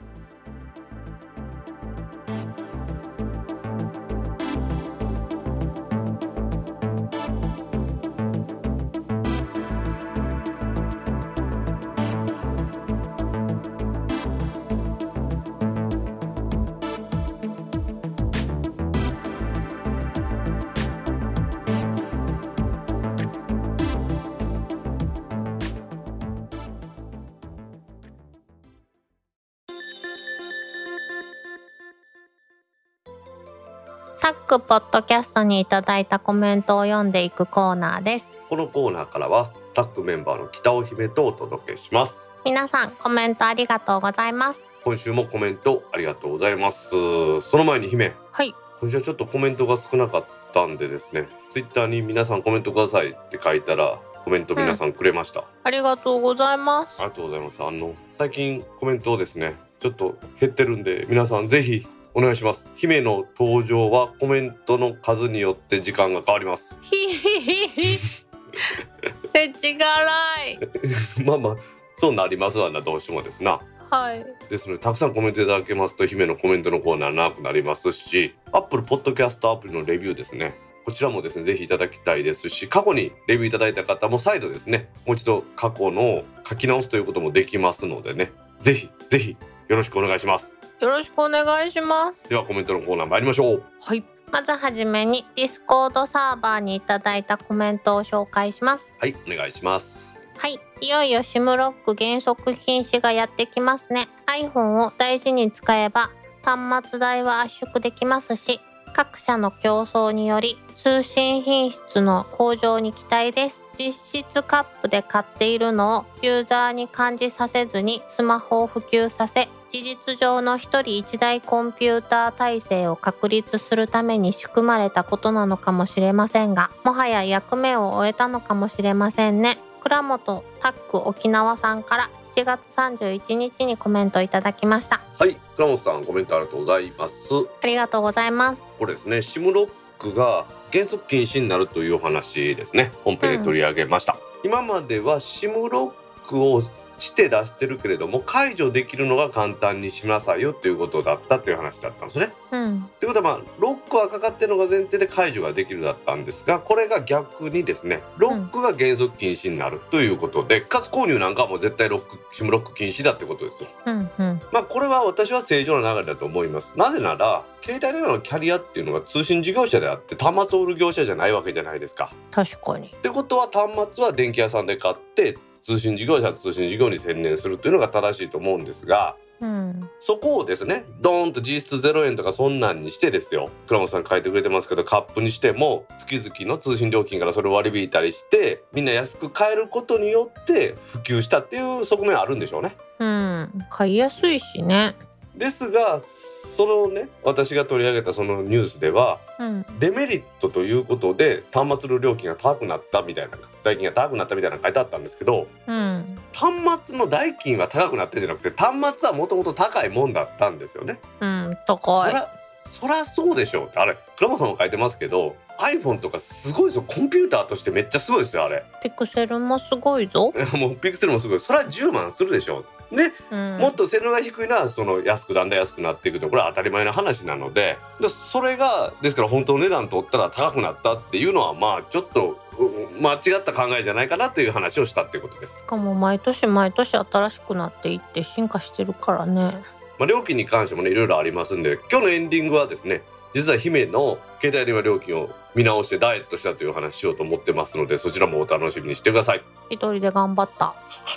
タックポッドキャストにいただいたコメントを読んでいくコーナーです。 このコーナーからはタックメンバーの北尾姫とお届けします。 皆さんコメントありがとうございます。 今週もコメントありがとうございます。その前に姫、 はい、 今週はちょっとコメントが少なかったんでですね、ツイッターに皆さんコメントくださいって書いたらコメント皆さんくれました、 ありがとうございます。 ありがとうございます。最近コメントをですねちょっと減ってるんで、皆さんぜひお願いします。姫の登場はコメントの数によって時間が変わります。 ひひひひせちがらいまあそうなりますわな、どうしてもですな。 はい。 ですので、たくさんコメントいただけますと姫のコメントのコーナー長くなりますし、 Apple Podcast アプリのレビューですね、こちらもですねぜひいただきたいですし、過去にレビューいただいた方も再度ですね、もう一度過去の書き直すということもできますのでね、ぜひぜひよろしくお願いします。 よろしくお願いします。 ではコメントのコーナー参りましょう。 はい。まずはじめに Discord サーバーにいただいたコメントを紹介します。 はい、お願いします。 はい、いよいよ SIM ロック原則禁止がやってきますね。 iPhone を大事に使えば端末代は圧縮できますし、各社の競争により通信品質の向上に期待です。実質カップで買っているのをユーザーに感じさせずにスマホを普及させ、事実上の一人一台コンピューター体制を確立するために仕組まれたことなのかもしれませんが、もはや役目を終えたのかもしれませんね。倉本タック沖縄さんから7月31日にコメントいただきました。 はい、倉本さんコメントありがとうございます。 ありがとうございます。 これですね、SIMロックが原則禁止になるというお話ですね、本編で取り上げました、今までは SIMロックをして出してるけれども解除できるのが簡単にしなさいよということだったという話だったんですね。ということはロックはかかってるのが前提で解除ができるだったんですが、これが逆にですねロックが原則禁止になるということで、かつ購入なんかはもう絶対SIMロック禁止だってことですよ。これは私は正常な流れだと思います。なぜなら携帯電話のキャリアっていうのが通信事業者であって端末を売る業者じゃないわけじゃないですか。 確かに。 ってことは端末は電気屋さんで買って通信事業者は通信事業に専念するというのが正しいと思うんですが、そこをですねドーンと実質0円とかそんなんにしてですよ、倉本さん書いてくれてますけど、カップにしても月々の通信料金からそれを割り引いたりしてみんな安く買えることによって普及したっていう側面はあるんでしょうね。 買いやすいしね。 ですがそのね、私が取り上げたそのニュースでは、デメリットということで端末の料金が高くなったみたいな、代金が高くなったみたいなの書いてあったんですけど、端末の代金は高くなってじゃなくて端末はもともと高いもんだったんですよね。 高い。 そらそうでしょうって。あれ倉本さんも書いてますけど iPhone とかすごいですよ。コンピューターとしてめっちゃすごいですよ。あれピクセルもすごいぞ。 もうピクセルもすごい。それは10万するでしょうで、もっと性能が低いのはその安くだんだん安くなっていくと、これは当たり前の話なので、それがですから本当の値段取ったら高くなったっていうのはちょっと間違った考えじゃないかなという話をしたっていうことです。 しかも毎年毎年新しくなっていって進化してるからね。 料金に関してもねいろいろありますんで、今日のエンディングはですね実は姫の携帯電話料金を見直してダイエットしたという話しようと思ってますので、そちらもお楽しみにしてください。 一人で頑張った。 はい、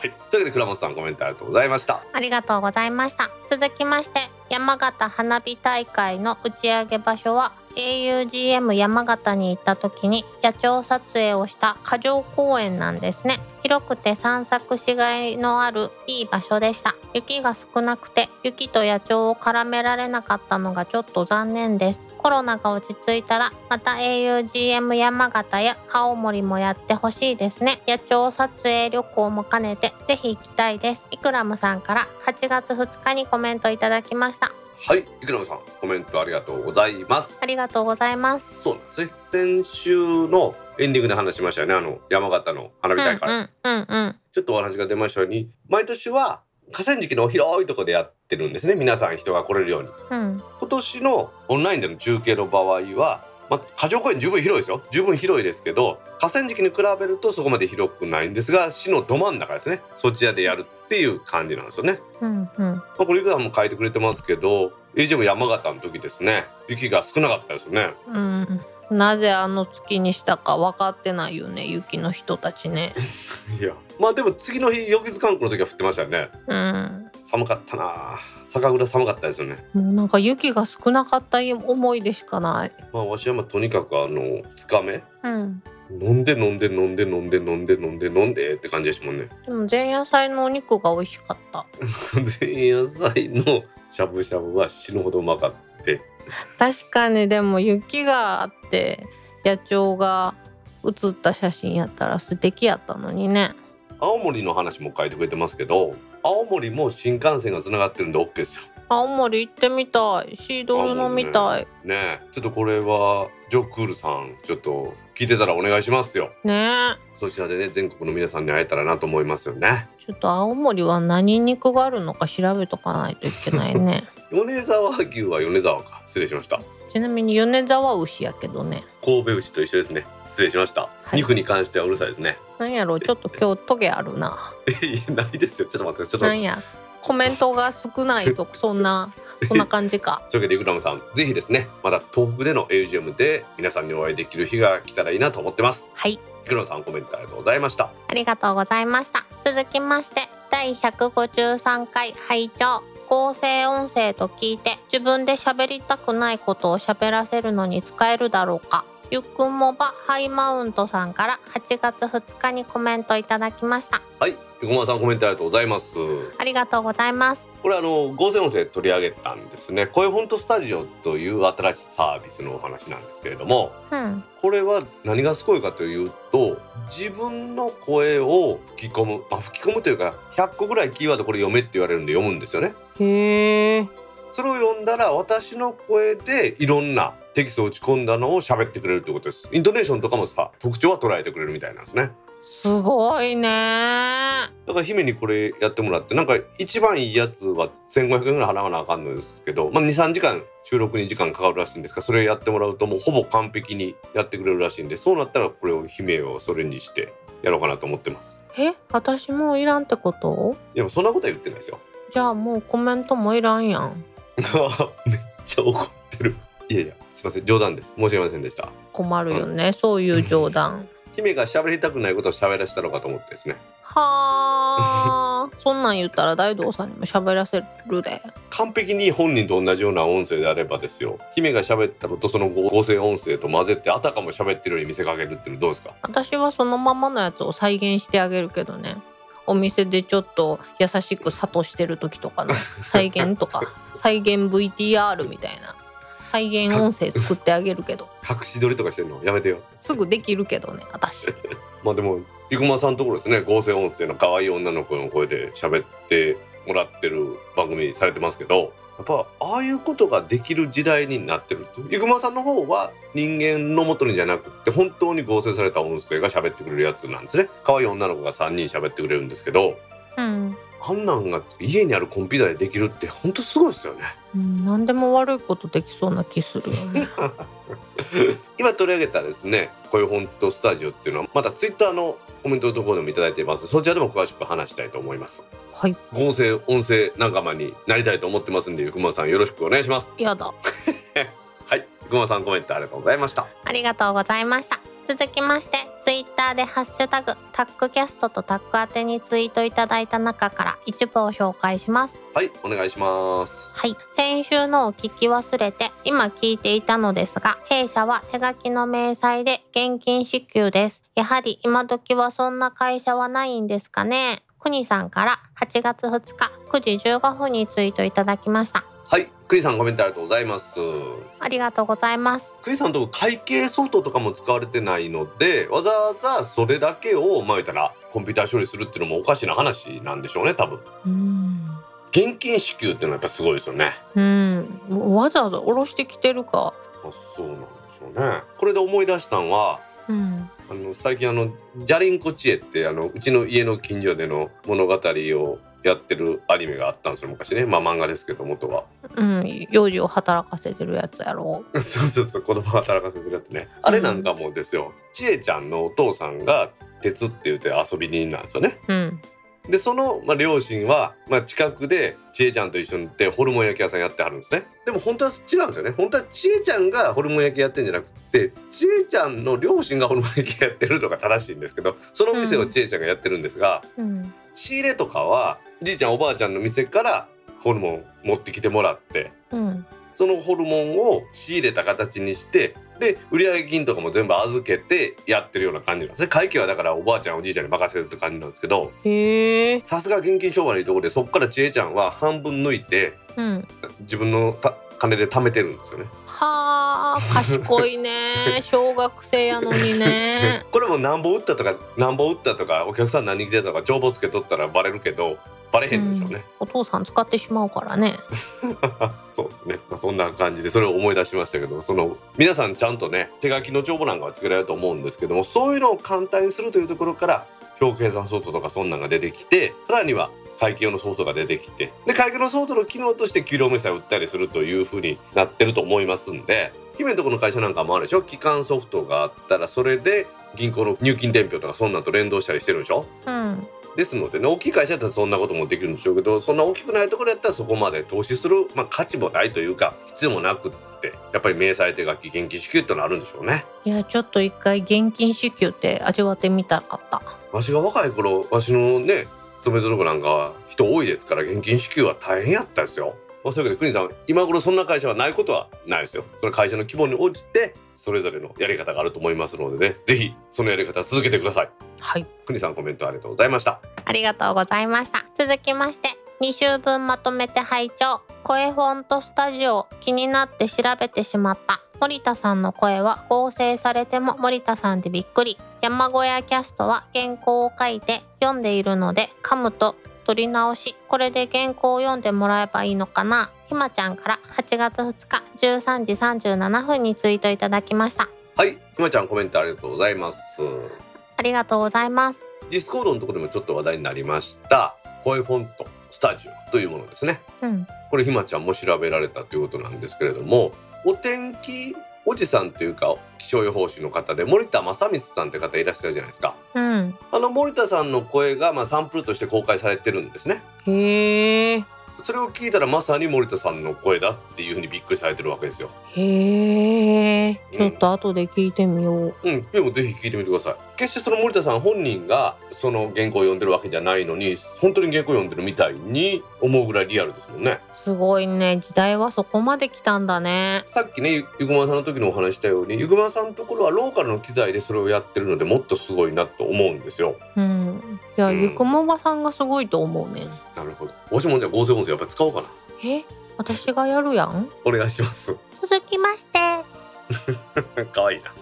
というわけで倉本さんコメントありがとうございました。 ありがとうございました。続きまして山形花火大会の打ち上げ場所は augm 山形に行った時に野鳥撮影をした花城公園なんですね。広くて散策しがいのあるいい場所でした。雪が少なくて雪と野鳥を絡められなかったのがちょっと残念です。コロナが落ち着いたらまた augm 山形や青森もやってほしいですね。野鳥撮影旅行も兼ねてぜひ行きたいです。イクラムさんから8月2日にコメントいただきました。 はい、イクラムさんコメントありがとうございます。 ありがとうございます。 そうなんですね。先週のエンディングで話しましたよね。山形の花火大会、ちょっとお話が出ましたように、毎年は河川敷の広いところでやってるんですね。皆さん人が来れるように、今年のオンラインでの中継の場合は、花城公園十分広いですよ。十分広いですけど、河川敷に比べるとそこまで広くないんですが、市のど真ん中ですね。そちらでやるっていう感じなんですよね。これいくらも書いてくれてますけど、AGM 山形の時ですね、雪が少なかったですよね。 なぜあの月にしたか分かってないよね、雪の人たちね。 いや、でも次の日、翌日観光の時は降ってましたよね。寒かったな。酒蔵寒かったですよね。 もうなんか雪が少なかった思い出しかない。 わしはとにかく2日目、飲んでって感じですもんね。 でも前夜祭のお肉が美味しかった。 前夜祭のしゃぶしゃぶは死ぬほどうまかった。 確かに。でも雪があって野鳥が写った写真やったら素敵やったのにね。 青森の話も書いてくれてますけど、青森も新幹線がつながってるんで OK ですよ。 青森行ってみたい。シードル飲みたいね。ちょっとこれはジョクールさん、ちょっと聞いてたらお願いしますよね。そちらでね、全国の皆さんに会えたらなと思いますよね。 ちょっと青森は何肉があるのか調べとかないといけないね。 米沢牛は米沢か、失礼しました。 ちなみに米沢牛やけどね。 神戸牛と一緒ですね。失礼しました、肉に関してはうるさいですね。 なんやろ、ちょっと今日トゲあるな。 いや、ないですよ。ちょっと待って、 なんや、コメントが少ないとそんな感じか。 というわけでイクラムさん、ぜひですね、また東北での AGM で皆さんにお会いできる日が来たらいいなと思ってます。はい、イクラムさんコメントありがとうございました。 ありがとうございました。続きまして第153回拝聴。合成音声と聞いて自分で喋りたくないことを喋らせるのに使えるだろうか。ゆっくんもばハイマウントさんから8月2日にコメントいただきました。 はい、ゆこまさんコメントありがとうございます。 ありがとうございます。 これ合成音声取り上げたんですね。声フォントスタジオという新しいサービスのお話なんですけれども、これは何がすごいかというと、自分の声を吹き込むというか、100個ぐらいキーワードこれ読めって言われるんで読むんですよね。へー。それを読んだら私の声でいろんなテキストを打ち込んだのを喋ってくれるということです。イントネーションとかも特徴は捉えてくれるみたいなんですね。すごいね。だから姫にこれやってもらって、なんか一番いいやつは1500円ぐらい払わなあかんのですけど、2、3時間収録に時間かかるらしいんですが、それやってもらうともうほぼ完璧にやってくれるらしいんで、そうなったらこれを姫をそれにしてやろうかなと思ってます。私もいらんってこと？いや、そんなことは言ってないですよ。じゃあもうコメントもいらんやん。めっちゃ怒ってる。いやすいません、冗談です。申し訳ませんでした。困るよね、そういう冗談。姫が喋りたくないことを喋らせたのかと思ってですね。はあ。そんなん言ったら大道さんにも喋らせるで。完璧に本人と同じような音声であればですよ、姫が喋ったのとその合成音声と混ぜてあたかも喋ってるように見せかけるっていうのどうですか？私はそのままのやつを再現してあげるけどね。お店でちょっと優しく諭してる時とかの再現とか再現 VTR みたいな再現音声作ってあげるけど、隠し撮りとかしてるのやめてよ。すぐできるけどね、私。でも生駒さんのところですね、合成音声の可愛い女の子の声で喋ってもらってる番組されてますけど、やっぱああいうことができる時代になってると。生駒さんの方は人間の元にじゃなくて本当に合成された音声が喋ってくれるやつなんですね。可愛い女の子が3人喋ってくれるんですけど、あんなんが家にあるコンピューターでできるって本当すごいですよね。何でも悪いことできそうな気するよね。今取り上げたですね、声フォントスタジオっていうのはまたツイッターのコメントのところでもいただいています。そちらでも詳しく話したいと思います。はい、合成音声仲間になりたいと思ってますんで、ゆくまさんよろしくお願いします。やだ。はい、ゆくまさんコメントありがとうございました。ありがとうございました。 続きましてツイッターでハッシュタグタックキャストとタック宛てにツイートいただいた中から一部を紹介します。 はい、お願いします。 はい、先週のを聞き忘れて今聞いていたのですが、弊社は手書きの明細で現金支給です。やはり今時はそんな会社はないんですかね。くにさんから8月2日9時15分にツイートいただきました。 はい、クイさんコメントありがとうございます。 ありがとうございます。 クイさんとこ会計ソフトとかも使われてないので、わざわざそれだけを言ったらコンピューター処理するっていうのもおかしな話なんでしょうね、多分。現金支給っていうのはやっぱすごいですよね。 わざわざ下ろしてきてるか。 そうなんでしょうね。これで思い出したのは、最近ジャリンコ知恵ってうちの家の近所での物語をやってるアニメがあったんですよ、昔ね。漫画ですけど元は。 幼児を働かせてるやつやろそう子供働かせてるやつね。あれなんかもですよ、ちえちゃんのお父さんが鉄って言って遊び人なんですよね。でその、両親は、近くでちえちゃんと一緒に行ってホルモン焼き屋さんやってはるんですね。でも本当は違うんですよね。本当はちえちゃんがホルモン焼きやってるんじゃなくて、ちえちゃんの両親がホルモン焼きやってるのが正しいんですけど、その店をちえちゃんがやってるんですが、仕入れとかはじいちゃんおばあちゃんの店からホルモン持ってきてもらって、そのホルモンを仕入れた形にして、で売上金とかも全部預けてやってるような感じなんですね。会計はだからおばあちゃんおじいちゃんに任せるって感じなんですけど、さすが現金商売のいいところで、そこからちえちゃんは半分抜いて、自分の金で貯めてるんですよね。 はあ、賢いね小学生やのにねこれも何本売ったとかお客さん何人来てたとか帳簿つけとったらバレるけどバレへんでしょうね、 お父さん使ってしまうからねそうですね、そんな感じでそれを思い出しましたけど、皆さんちゃんとね手書きの帳簿なんかは作られると思うんですけども、そういうのを簡単にするというところから表計算ソフトとかそんなんが出てきて、さらには会計用のソフトが出てきて、で会計のソフトの機能として給料明細を売ったりするという風になってると思いますんで、姫のところの会社なんかもあるでしょ。基幹ソフトがあったらそれで銀行の入金伝票とかそんなんと連動したりしてるでしょ。ですのでね、大きい会社だったらそんなこともできるんでしょうけど、そんな大きくないところやったらそこまで投資する、価値もないというか必要もなくって、やっぱり明細手書き現金支給ってのあるんでしょうね。 いや、ちょっと一回現金支給って味わってみたかった。 わしが若い頃、わしのね勤めてるとこなんかは人多いですから、現金支給は大変やったですよ。そういうわけで国さん、今頃そんな会社はないことはないですよ。その会社の規模に応じてそれぞれのやり方があると思いますのでね、ぜひそのやり方続けてください。はい、国さんコメントありがとうございました。 ありがとうございました。続きまして2週分まとめて拝聴。声フォントスタジオ気になって調べてしまった。森田さんの声は合成されても森田さんでびっくり。山小屋キャストは原稿を書いて読んでいるので噛むと取り直し、これで原稿を読んでもらえばいいのかな。ひまちゃんから8月2日13時37分にツイートいただきました。 はい、ひまちゃんコメントありがとうございます。 ありがとうございます。 ディスコードのところでもちょっと話題になりました声フォントスタジオというものですね、これひまちゃんも調べられたということなんですけれども、お天気おじさんというか気象予報士の方で森田正光さんって方いらっしゃるじゃないですか、森田さんの声がサンプルとして公開されてるんですね。へー。それを聞いたらまさに森田さんの声だっていうふうにびっくりされてるわけですよ。 へー、ちょっと後で聞いてみよう。 でもぜひ聞いてみてください。決してその森田さん本人がその原稿を読んでるわけじゃないのに、本当に原稿を読んでるみたいに思うぐらいリアルですもんね。 すごいね、時代はそこまで来たんだね。 さっきねゆぐまさんの時のお話したように、ゆぐまさんのところはローカルの機材でそれをやってるのでもっとすごいなと思うんですよ。 いや、ゆくもばさんがすごいと思うね。 なるほど。もしもじゃあ合成音声やっぱり使おうかな。 私がやるやん。 お願いします。 続きましてかわいいな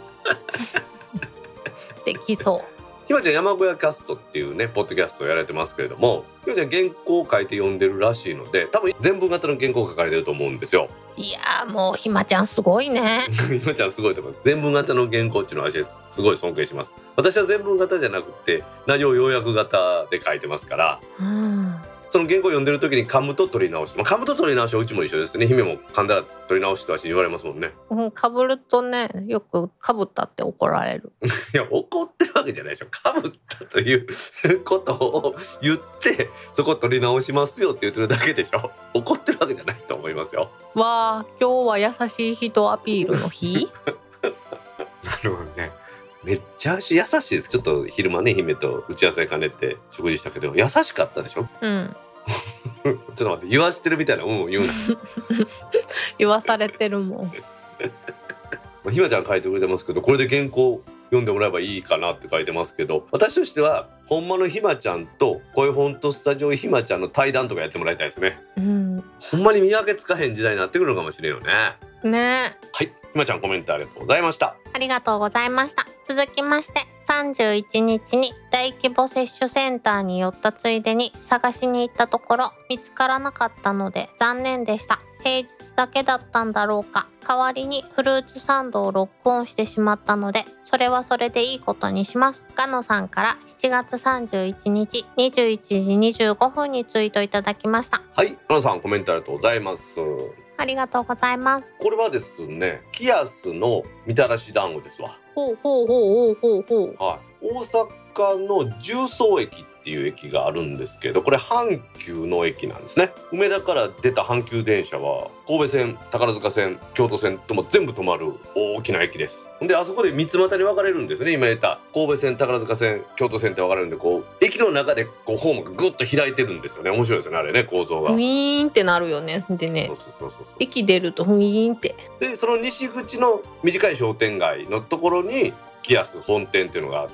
できそう。 ひまちゃん山小屋キャストっていうねポッドキャストをやられてますけれども、ひまちゃん原稿を書いて読んでるらしいので、多分全文型の原稿を書かれてると思うんですよ。 いやー、もうひまちゃんすごいねひまちゃんすごいと思います。全文型の原稿っていうのは私すごい尊敬します。私は全文型じゃなくて内容要約型で書いてますから、その原稿を読んでる時に噛むと取り直し、噛むと取り直しはうちも一緒ですね。姫も噛んだら取り直しと私言われますもんね。 かぶるとね、よくかぶったって怒られるいや怒ってるわけじゃないでしょ。かぶったということを言ってそこ取り直しますよって言ってるだけでしょ。怒ってるわけじゃないと思いますよ。 わあ、今日は優しい人アピールの日なるほどね。 めっちゃ優しいです。ちょっと昼間ね姫と打ち合わせ兼ねて食事したけど優しかったでしょ。 うん。 ちょっと待って、言わしてるみたいな言うな言わされてるもん。 ひまちゃん書いてくれてますけど、これで原稿読んでもらえばいいかなって書いてますけど、私としてはほんまのひまちゃんと声フォントスタジオひまちゃんの対談とかやってもらいたいですね。ほんまに見分けつかへん時代になってくるのかもしれんよね。 ね。 はい、ひまちゃんコメントありがとうございました。 ありがとうございました。続きまして31日に大規模接種センターに寄ったついでに探しに行ったところ見つからなかったので残念でした。平日だけだったんだろうか。代わりにフルーツサンドをロックオンしてしまったのでそれはそれでいいことにします。ガノさんから7月31日21時25分にツイートいただきました。 はい、ガノさんコメントありがとうございます。 ありがとうございます。 これはですね、キアスのみたらし団子ですわ。 ほうほうほうほうほう。 はい、大阪の十三駅っていう駅があるんですけど、これ阪急の駅なんですね。梅田から出た阪急電車は神戸線、宝塚線、京都線とも全部止まる大きな駅です。であそこで三つ股に分かれるんですね。今言った神戸線、宝塚線、京都線って分かれるんで、こう駅の中でこうホームがぐっと開いてるんですよね。面白いですよねあれね、構造が。 ウィーンってなるよね。でね、 そう駅出るとウィーンって。 でその西口の短い商店街のところにキアス本店っていうのがあって、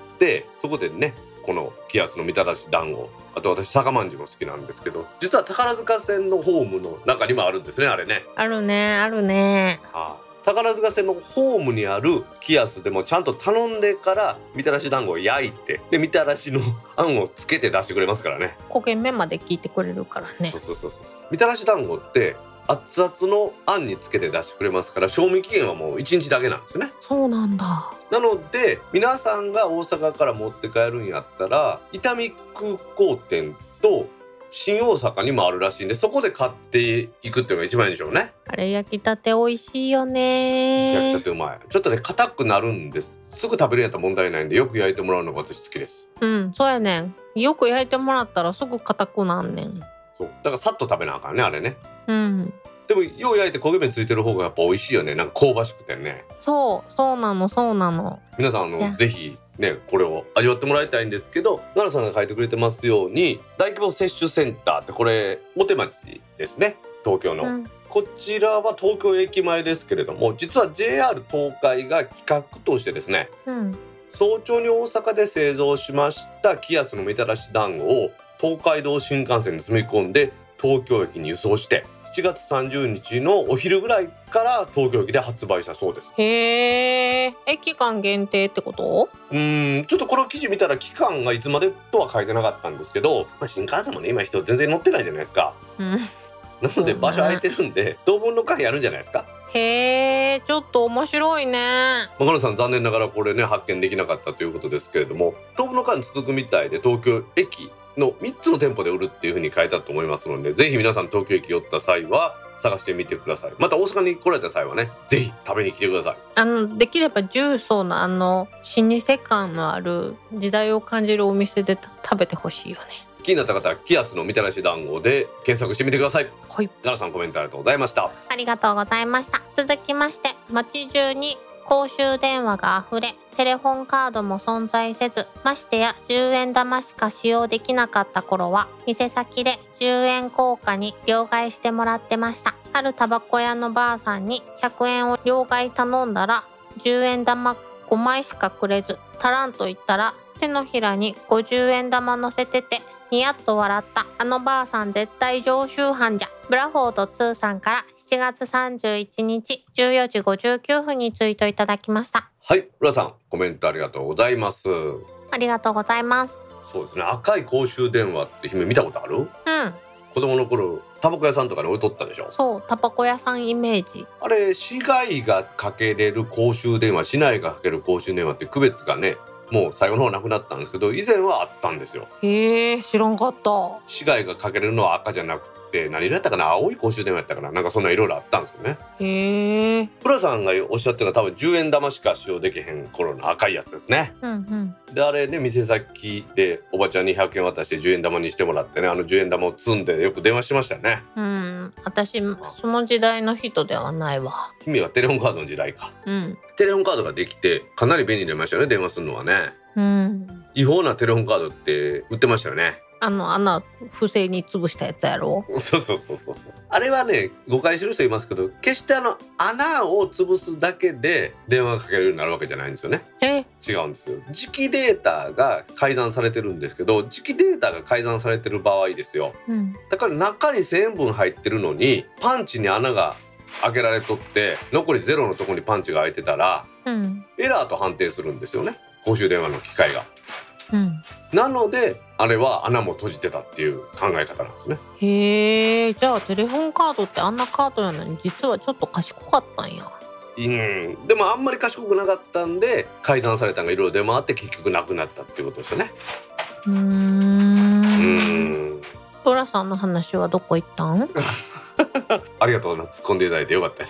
そこでねこのキアスのみたらし団子、あと私酒まんじゅうも好きなんですけど、実は宝塚線のホームの中にもあるんですねあれね。 あるねあるね。 宝塚線のホームにあるキアスでもちゃんと頼んでからみたらし団子を焼いて、でみたらしのあんをつけて出してくれますからね。 焦げ目まで聞いてくれるからね。 そうみたらし団子って熱々のあんにつけて出してくれますから、賞味期限はもう1日だけなんですね。 そうなんだ。 なので皆さんが大阪から持って帰るんやったら伊丹空港店と新大阪にもあるらしいんで、そこで買っていくっていうのが一番いいんでしょうね。 あれ焼きたて美味しいよね。 焼きたてうまい。ちょっとね硬くなるんです。すぐ食べるんやったら問題ないんで、よく焼いてもらうのが私好きです。 そうやねん。よく焼いてもらったらすぐ硬くなんねん。 そうだからさっと食べなあかんねあれね。 でもよう焼いて焦げ目ついてる方がやっぱ美味しいよね。なんか香ばしくてね。 そうなの。 皆さんぜひねこれを味わってもらいたいんですけど、奈良さんが書いてくれてますように大規模接種センターってこれ大手町ですね、東京の。こちらは東京駅前ですけれども、実は JR 東海が企画としてですね、早朝に大阪で製造しましたキアスのみたらし団子を東海道新幹線に積み込んで東京駅に輸送して7月30日のお昼ぐらいから東京駅で発売したそうです。 へー、期間限定ってこと？ ちょっとこの記事見たら期間がいつまでとは書いてなかったんですけど、新幹線もね今人全然乗ってないじゃないですか。なので場所空いてるんで当分の間やるんじゃないですか。 へー、ちょっと面白いね。 マカロンさん残念ながらこれね発見できなかったということですけれども、当分の間続くみたいで東京駅の3つの店舗で売るっていう風に書いてあると思いますので、ぜひ皆さん東京駅寄った際は探してみてください。また大阪に来られた際はねぜひ食べに来てください。 できれば重曹の老舗感のある時代を感じるお店で食べてほしいよね。 気になった方はキアスのみたらし団子で検索してみてください。 はい、 ガラさんコメントありがとうございました。 ありがとうございました。続きまして街中に公衆電話があふれテレホンカードも存在せず、ましてや10円玉しか使用できなかった頃は店先で10円硬貨に両替してもらってました。あるタバコ屋のばあさんに100円を両替頼んだら10円玉5枚しかくれず、足らんと言ったら手のひらに50円玉乗せててニヤッと笑った。あのばあさん絶対常習犯じゃ。ブラフォード2さんから7月31日14時59分にツイートいただきました。 はい、浦さんコメントありがとうございます。 ありがとうございます。 そうですね、赤い公衆電話って姫見たことある？子供の頃タバコ屋さんとかに置いとったでしょ。 そう、タバコ屋さんイメージ。 あれ市外がかけれる公衆電話、市内がかける公衆電話って区別がねもう最後の方なくなったんですけど、以前はあったんですよ。 へー、知らんかった。 市外がかけれるのは赤じゃなくて何色やったかな、青い公衆電話やったかな、なんかそんないろいろあったんですよね。 へー。 プラさんがおっしゃってるのは多分10円玉しか使用できへん頃の赤いやつですね。であれね、店先でおばちゃんに100円渡して10円玉にしてもらってね、あの10円玉を積んでよく電話してましたよね。 私その時代の人ではないわ。 君はテレホンカードの時代か。テレホンカードができてかなり便利になりましたよね、電話するのはね。違法なテレホンカードって売ってましたよね。 穴不正に潰したやつやろ。 そうあれはね、誤解する人いますけど、決して穴を潰すだけで電話がかけるようになるわけじゃないんですよね。違うんですよ。磁気データが改ざんされてるんですけど、磁気データが改ざんされてる場合ですよ、だから中に1000円分入ってるのにパンチに穴が開けられとって残り0のところにパンチが開いてたら、エラーと判定するんですよね、公衆電話の機械が。なのであれは穴も閉じてたっていう考え方なんですね。 へえ、じゃあテレホンカードってあんなカードやのに実はちょっと賢かったんや。 でもあんまり賢くなかったんで改ざんされたのがいろいろ出回って結局なくなったっていうことですよね。 トラさんの話はどこ行ったん？ ありがとうございます。突っ込んでいただいてよかったです。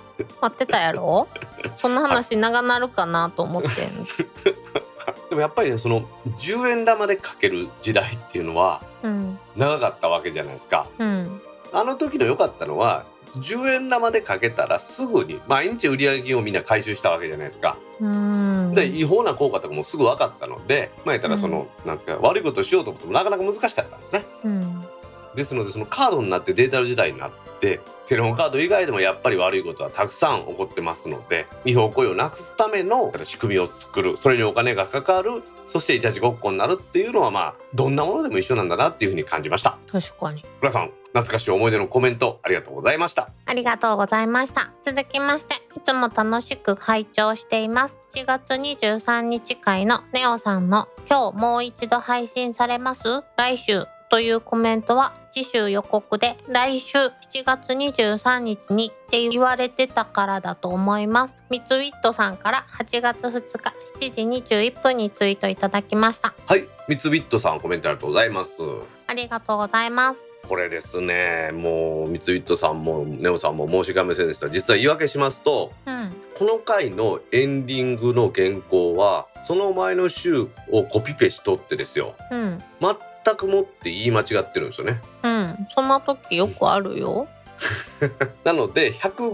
待ってたやろ。そんな話長なるかなと思ってでもやっぱりね、その10円玉でかける時代っていうのは長かったわけじゃないですか。あの時の良かったのは10円玉でかけたらすぐに毎日売上金をみんな回収したわけじゃないですか。で違法な効果とかもすぐ分かったので、言ったらなんですか、悪いことをしようと思ってもなかなか難しかったんですね。ですのでそのカードになってデジタル時代になってテレホンカード以外でもやっぱり悪いことはたくさん起こってますので、違法行為をなくすための仕組みを作る、それにお金がかかる、そしていたちごっこになるっていうのはどんなものでも一緒なんだなっていうふうに感じました。確かに。 浦さん、懐かしい思い出のコメントありがとうございました。 ありがとうございました。続きまして、いつも楽しく拝聴しています。7月23日回のネオさんの今日もう一度配信されます来週というコメントは次週予告で来週7月23日にって言われてたからだと思います。ミツウィットさんから8月2日7時21分にツイートいただきました。 はい、ミツウィットさんコメントありがとうございます。 ありがとうございます。 これですね、もうミツウィットさんもネオさんも申し訳ありませんでした。実は言い訳しますと、この回のエンディングの原稿はその前の週をコピペしとってですよ、全くもって言い間違ってるんですよね。 そんな時よくあるよなので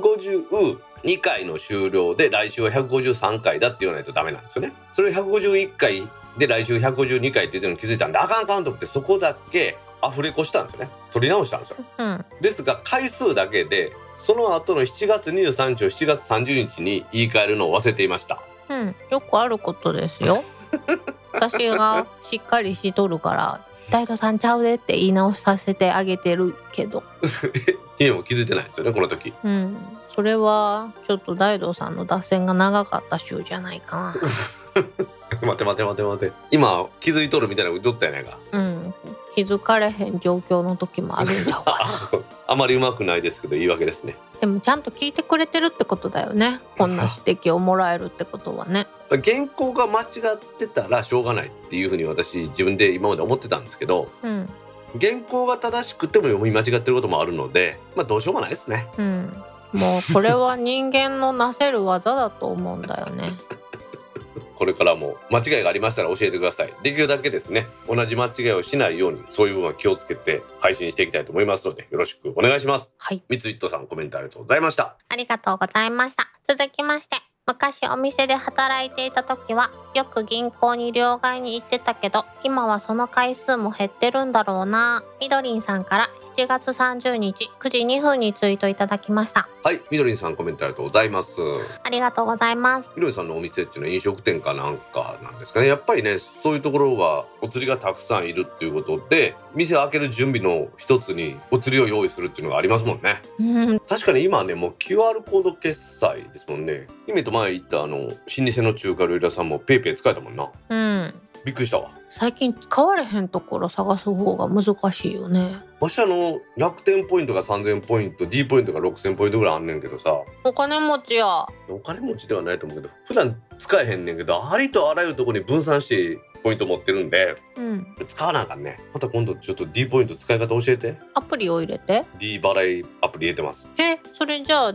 152回の終了で来週は153回だって言わないとダメなんですよね。それ151回で来週152回って言ってるの気づいたんで、あかんと思ってそこだけアフレコしたんですよね。取り直したんですよ、ですが回数だけでその後の7月23日を7月30日に言い換えるのを忘れていました。 よくあることですよ私がしっかりしとるから大斗さんちゃうでって言い直させてあげてるけどいや、もう気づいてないんですよね、この時。 それはちょっと大斗さんの脱線が長かった週じゃないかな待て今気づいとるみたいなこと言っとったやないか。 気づかれへん状況の時もあるんちゃうかなそう、あまりうまくないですけど言い訳ですね。 でもちゃんと聞いてくれてるってことだよね。こんな指摘をもらえるってことはね原稿が間違ってたらしょうがないっていうふうに私自分で今まで思ってたんですけど、原稿が正しくても読み間違ってることもあるので、どうしようもないですね。 もうこれは人間のなせる技だと思うんだよねこれからも間違いがありましたら教えてください。できるだけですね、同じ間違いをしないようにそういう部分は気をつけて配信していきたいと思いますのでよろしくお願いします。ミツイットさんコメントありがとうございました。 ありがとうございました。続きまして、昔お店で働いていた時はよく銀行に両替に行ってたけど今はその回数も減ってるんだろうな。みどりんさんから7月30日9時2分にツイートいただきました。 はい、みどりんさんコメントありがとうございます。 ありがとうございます。 みどりんさんのお店っていうのは飲食店かなんかなんですかね。やっぱりね、そういうところはお釣りがたくさんいるっていうことで店を開ける準備の一つにお釣りを用意するっていうのがありますもんね。確かに今はね、もう QR コード決済ですもんね。姫と前行った老舗の中華料理屋さんもペイペイ使えたもんな。びっくりしたわ。 最近使われへんところ探す方が難しいよね。 わし楽天ポイントが3000ポイント D ポイントが6000ポイントぐらいあんねんけどさ、 お金持ちや。 お金持ちではないと思うけど普段使えへんねんけど、ありとあらゆるところに分散してポイント持ってるんで、使わなあかんね。また今度ちょっと D ポイント使い方教えて。 アプリを入れて D 払いアプリ入れてます。 それじゃあ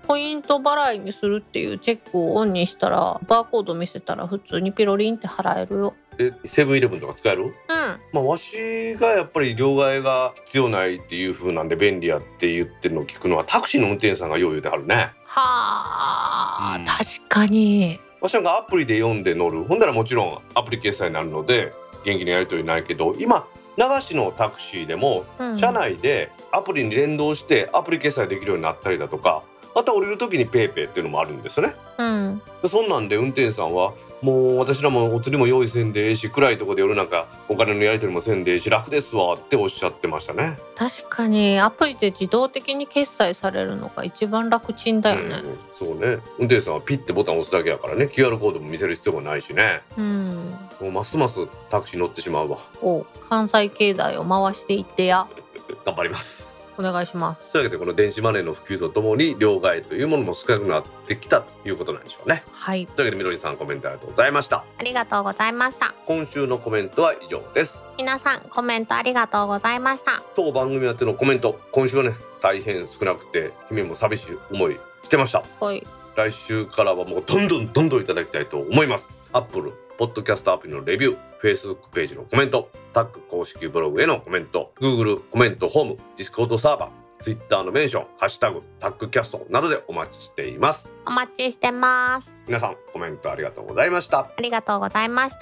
ポイント払いにするっていうチェックをオンにしたら、バーコード見せたら普通にピロリンって払えるよ。 セブンイレブンとか使える？ うん。 わしがやっぱり両替が必要ないっていう風なんで便利やって言ってるのを聞くのは、タクシーの運転手さんがよう言うてはるね。 はあ、確かに。 わしなんかアプリで読んで乗る。ほんだらもちろんアプリ決済になるので現金のやり取りないけど、今流しのタクシーでも車内でアプリに連動してアプリ決済できるようになったりだとか、また降りる時にペイペイっていうのもあるんですよね。そんなんで運転手さんはもう私らもお釣りも用意せんでええし、暗いとこで夜なんかお金のやり取りもせんでええし楽ですわっておっしゃってましたね。 確かにアプリで自動的に決済されるのが一番楽ちんだよね。 そうね。運転手さんはピッてボタン押すだけやからね、 QR コードも見せる必要がないしね。もうますますタクシー乗ってしまうわ。 関西経済を回していってや。 頑張ります。 お願いします。 というわけでこの電子マネーの普及とともに両替というものも少なくなってきたということなんでしょうね。 はい。 というわけでみどりさん、コメントありがとうございました。 ありがとうございました。 今週のコメントは以上です。 皆さんコメントありがとうございました。 当番組宛てのコメント、今週はね大変少なくて姫も寂しい思いしてました。来週からはもうどんどんいただきたいと思います。Appleポッドキャストアプリのレビュー、Facebook ページのコメント、タッグ公式ブログへのコメント、 Google コメントフォーム、 Discord サーバー、Twitter のメンション、ハッシュタグタッグキャストなどでお待ちしています。 お待ちしてます。 皆さんコメントありがとうございました。 ありがとうございました。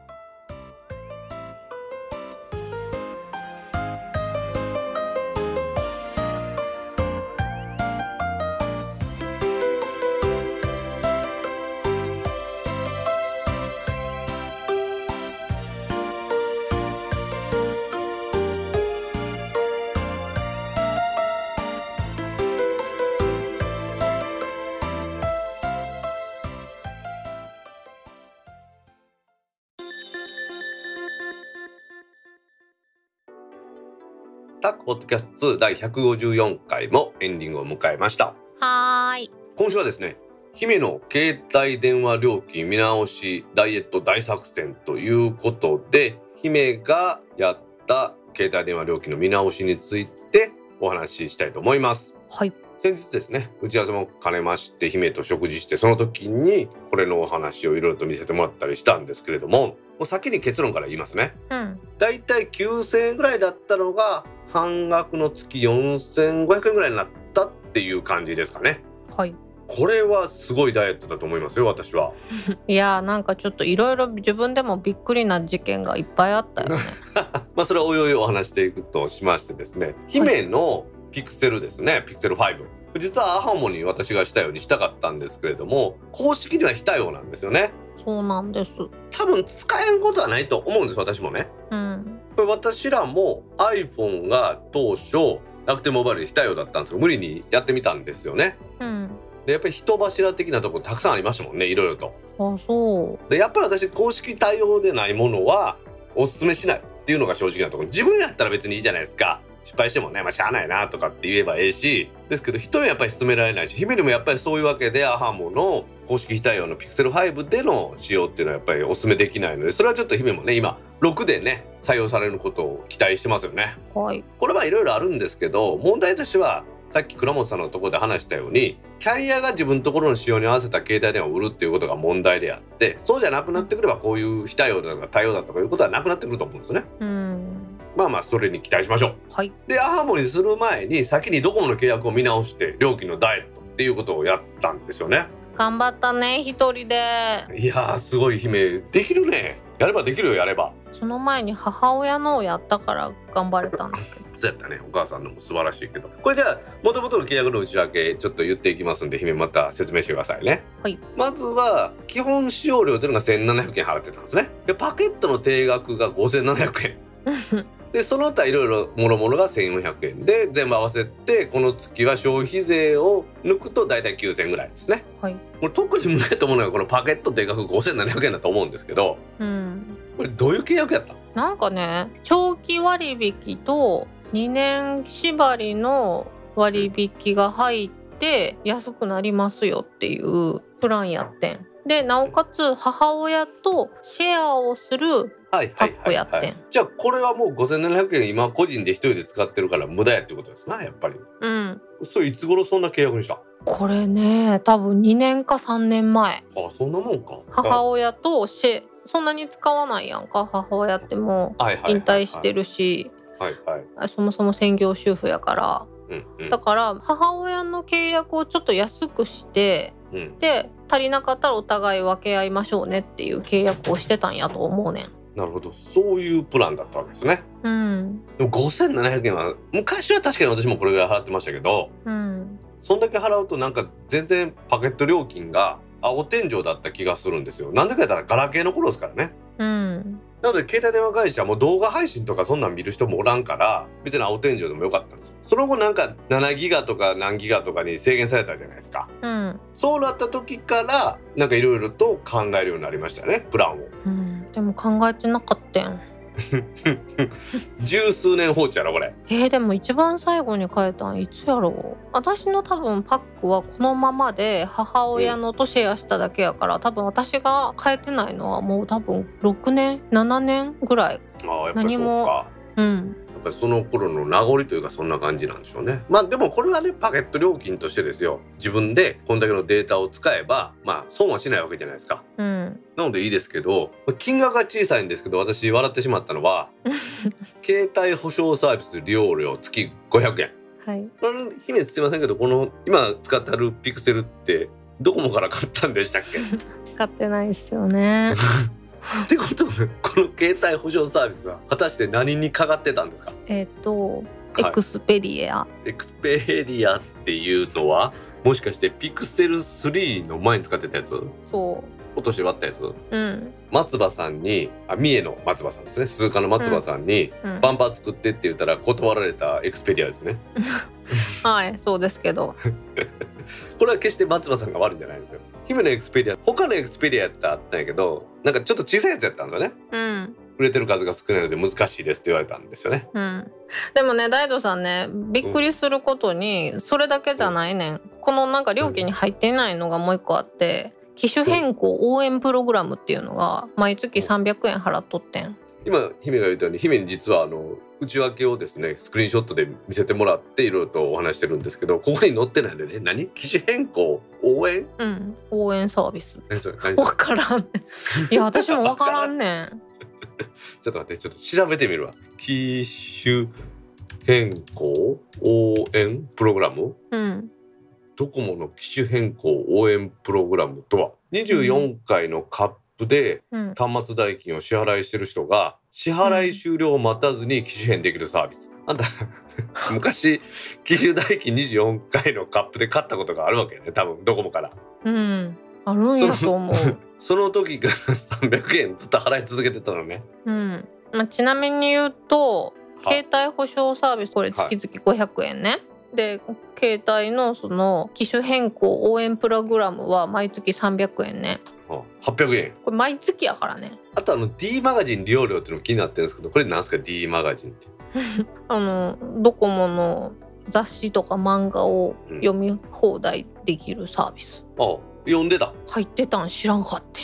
タッグポッドキャスト2第154回もエンディングを迎えました。 はーい。 今週はですね、姫の携帯電話料金見直しダイエット大作戦ということで、姫がやった携帯電話料金の見直しについてお話ししたいと思います。 はい。 先日ですね、打ち合わせも兼ねまして姫と食事して、その時にこれのお話をいろいろと見せてもらったりしたんですけれども、もう先に結論から言いますね。だいたい9000円ぐらいだったのが半額の月4500円ぐらいになったっていう感じですかね。 はい。 これはすごいダイエットだと思いますよ、私は。 いや、なんかちょっといろいろ自分でもびっくりな事件がいっぱいあったよね。 それはおいおいお話していくとしましてですね、姫のピクセルですね、ピクセル5、実はアハモに私がしたようにしたかったんですけれども、公式には非対応なんですよね。 そうなんです。 多分使えんことはないと思うんです、私もね。これ私らも iPhone が当初楽天モバイルで非対応だったんですけど、無理にやってみたんですよね。でやっぱり人柱的なところたくさんありましたもんね、いろいろと。そうで、やっぱり私公式対応でないものはおすすめしないっていうのが正直なところ。自分やったら別にいいじゃないですか。失敗してもね、しゃあないなとかって言えばええし、ですけど人にやっぱり勧められないし、姫にもやっぱりそういうわけでアハモの公式非対応のピクセル5での使用っていうのはやっぱりお勧めできないので、それはちょっと姫もね今6でね採用されることを期待してますよね。これはいろいろあるんですけど、問題としてはさっき倉本さんのところで話したように、キャリアが自分のところの仕様に合わせた携帯電話を売るっていうことが問題であって、そうじゃなくなってくればこういう非対応だとか対応だとかいうことはなくなってくると思うんですよね。それに期待しましょう。でアハモにする前に先にドコモの契約を見直して料金のダイエットっていうことをやったんですよね。 頑張ったね、一人で。 いやー、すごい姫、できるね。やればできるよ、やれば。 その前に母親のをやったから頑張れたんだけど。 そうやったね、お母さんのも素晴らしいけど。これじゃあ元々の契約の内訳ちょっと言っていきますんで、姫また説明してくださいね。まずは基本使用料というのが1700円払ってたんですね。でパケットの定額が5700円でその他いろいろもろもろが1400円で全部合わせて、この月は消費税を抜くとだいたい9000円ぐらいですね。これ特に無理だと思うのがこのパケット定額5700円だと思うんですけど、これどういう契約やった？ なんかね、長期割引と2年縛りの割引が入って安くなりますよっていうプランやってん。 でなおかつ母親とシェアをするパックやってん。 じゃあこれはもう5700円今個人で一人で使ってるから無駄やってことですな、やっぱり。それいつ頃そんな契約にした？ これね多分2年か3年前。 あ、そんなもんか。 母親とそんなに使わないやんか、母親ってもう引退してるし、そもそも専業主婦やから、だから母親の契約をちょっと安くして、で足りなかったらお互い分け合いましょうねっていう契約をしてたんやと思うねん。 なるほど、そういうプランだったわけですね。でも5700円は昔は確かに私もこれぐらい払ってましたけど、そんだけ払うとなんか全然パケット料金が青天井だった気がするんですよ。なんでかやったらガラケーの頃ですからね。なので携帯電話会社も動画配信とかそんなん見る人もおらんから別に青天井でもよかったんですよ。その後なんか7ギガとか何ギガとかに制限されたじゃないですか。そうなった時からなんかいろいろと考えるようになりましたね、プランを。 でも考えてなかったん。 十数年放置やろこれ。 でも一番最後に変えたんいつやろう。私の多分パックはこのままで母親のとシェアしただけやから、多分私が変えてないのはもう多分6年7年ぐらい。 やっぱりそうか。やっぱりその頃の名残というかそんな感じなんでしょうね。まあでもこれはねパケット料金としてですよ、自分でこんだけのデータを使えばまあ損はしないわけじゃないですか。なのでいいですけど、金額が小さいんですけど私笑ってしまったのは携帯保証サービス利用料月500円。姫すいませんけどこの今使ってあるピクセルってドコモから買ったんでしたっけ？ 買ってないですよね。 ってことはこの携帯保証サービスは果たして何にかかってたんですか？ エクスペリア。 エクスペリアっていうのはもしかしてピクセル3の前に使ってたやつ？そう。落として割ったやつ？松葉さんに三重の松葉さんですね、鈴鹿の松葉さんにバンパー作ってって言ったら断られたエクスペリアですね。 はいそうですけどこれは決して松葉さんが悪いんじゃないんですよ。姫のエクスペリア他のエクスペリアってあったんやけどなんかちょっと小さいやつやったんですよね。売れてる数が少ないので難しいですって言われたんですよね。 でもね大道さんねびっくりすることにそれだけじゃないねん。このなんか料金に入っていないのがもう一個あって、機種変更応援プログラムっていうのが毎月300円払っとってん。 今姫が言ったように姫に実は内訳をですねスクリーンショットで見せてもらっていろいろとお話してるんですけど、ここに載ってないんでね、何機種変更応援、 応援サービス。 何それ分からんねん。いや私も分からんねん。 ちょっと待って、ちょっと調べてみるわ。機種変更応援プログラム、ドコモの機種変更応援プログラムとは24回のカップで端末代金を支払いしてる人が支払い終了を待たずに機種変できるサービス。あんた昔機種代金24回のカップで買ったことがあるわけね、多分ドコモから。 あるんやと思う。 その時から300円ずっと払い続けてたのね。 ちなみに言うと携帯保証サービスこれ月々500円ね。で携帯のその機種変更応援プログラムは毎月300円ね。 800円。 これ毎月やからね。 あとD マガジン利用料っていうの気になってるんですけど、これなんですか D マガジンって？ ドコモの雑誌とか漫画を読み放題できるサービス。 読んでた？入ってたん知らんかって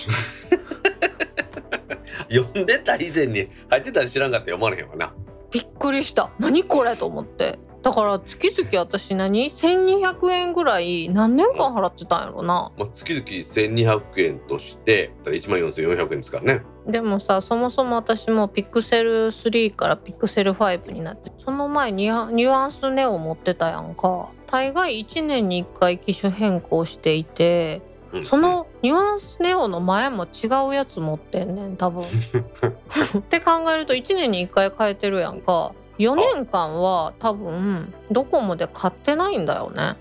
読んでた以前に入ってたん知らんかって読まれへんわな。 びっくりした。何これと思って。だから月々私1200円ぐらい何年間払ってたんやろな。 月々1200円として14,400円ですからね。 でもさそもそも私もピクセル3からピクセル5になってその前にニュアンスネオ持ってたやんか。大概1年に1回機種変更していて、そのニュアンスネオの前も違うやつ持ってんねん多分って考えると1年に1回変えてるやんか。4年間は多分ドコモで買ってないんだよね。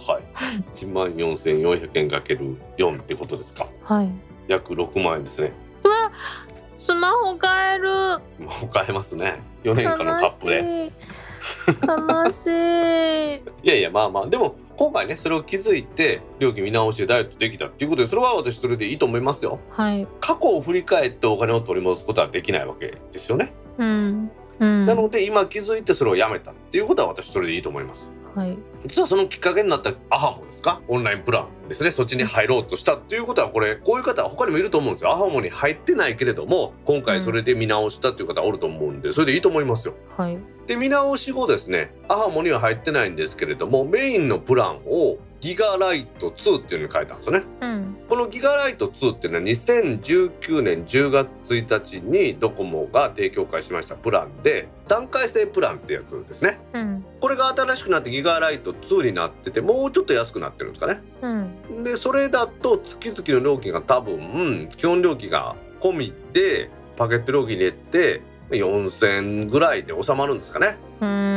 14,400円かける4ってことですか。約6万円ですね。 うわスマホ買える。 スマホ買えますね、4年間のカップで。 悲しい。 いやまあでも今回ねそれを気づいて料金見直してダイエットできたっていうことで、それは私それでいいと思いますよ。過去を振り返ってお金を取り戻すことはできないわけですよね。なので今気づいてそれをやめたっていうことは私それでいいと思います。 はい、 実はそのきっかけになったアハモですか、オンラインプランですね、そっちに入ろうとしたっていうことは、こういう方は他にもいると思うんですよ。アハモに入ってないけれども今回それで見直したっていう方おると思うんで、それでいいと思いますよ。 はい、 で見直し後ですね、アハモには入ってないんですけれども、メインのプランをギガライト2っていうのに変えたんですよね。このギガライト2っていうのは2019年10月1日にドコモが提供開始しましたプランで、段階制プランってやつですね。これが新しくなってギガライト2になってて、もうちょっと安くなってるんですかね。でそれだと月々の料金が多分基本料金が込みでパケット料金入れて4000ぐらいで収まるんですかね。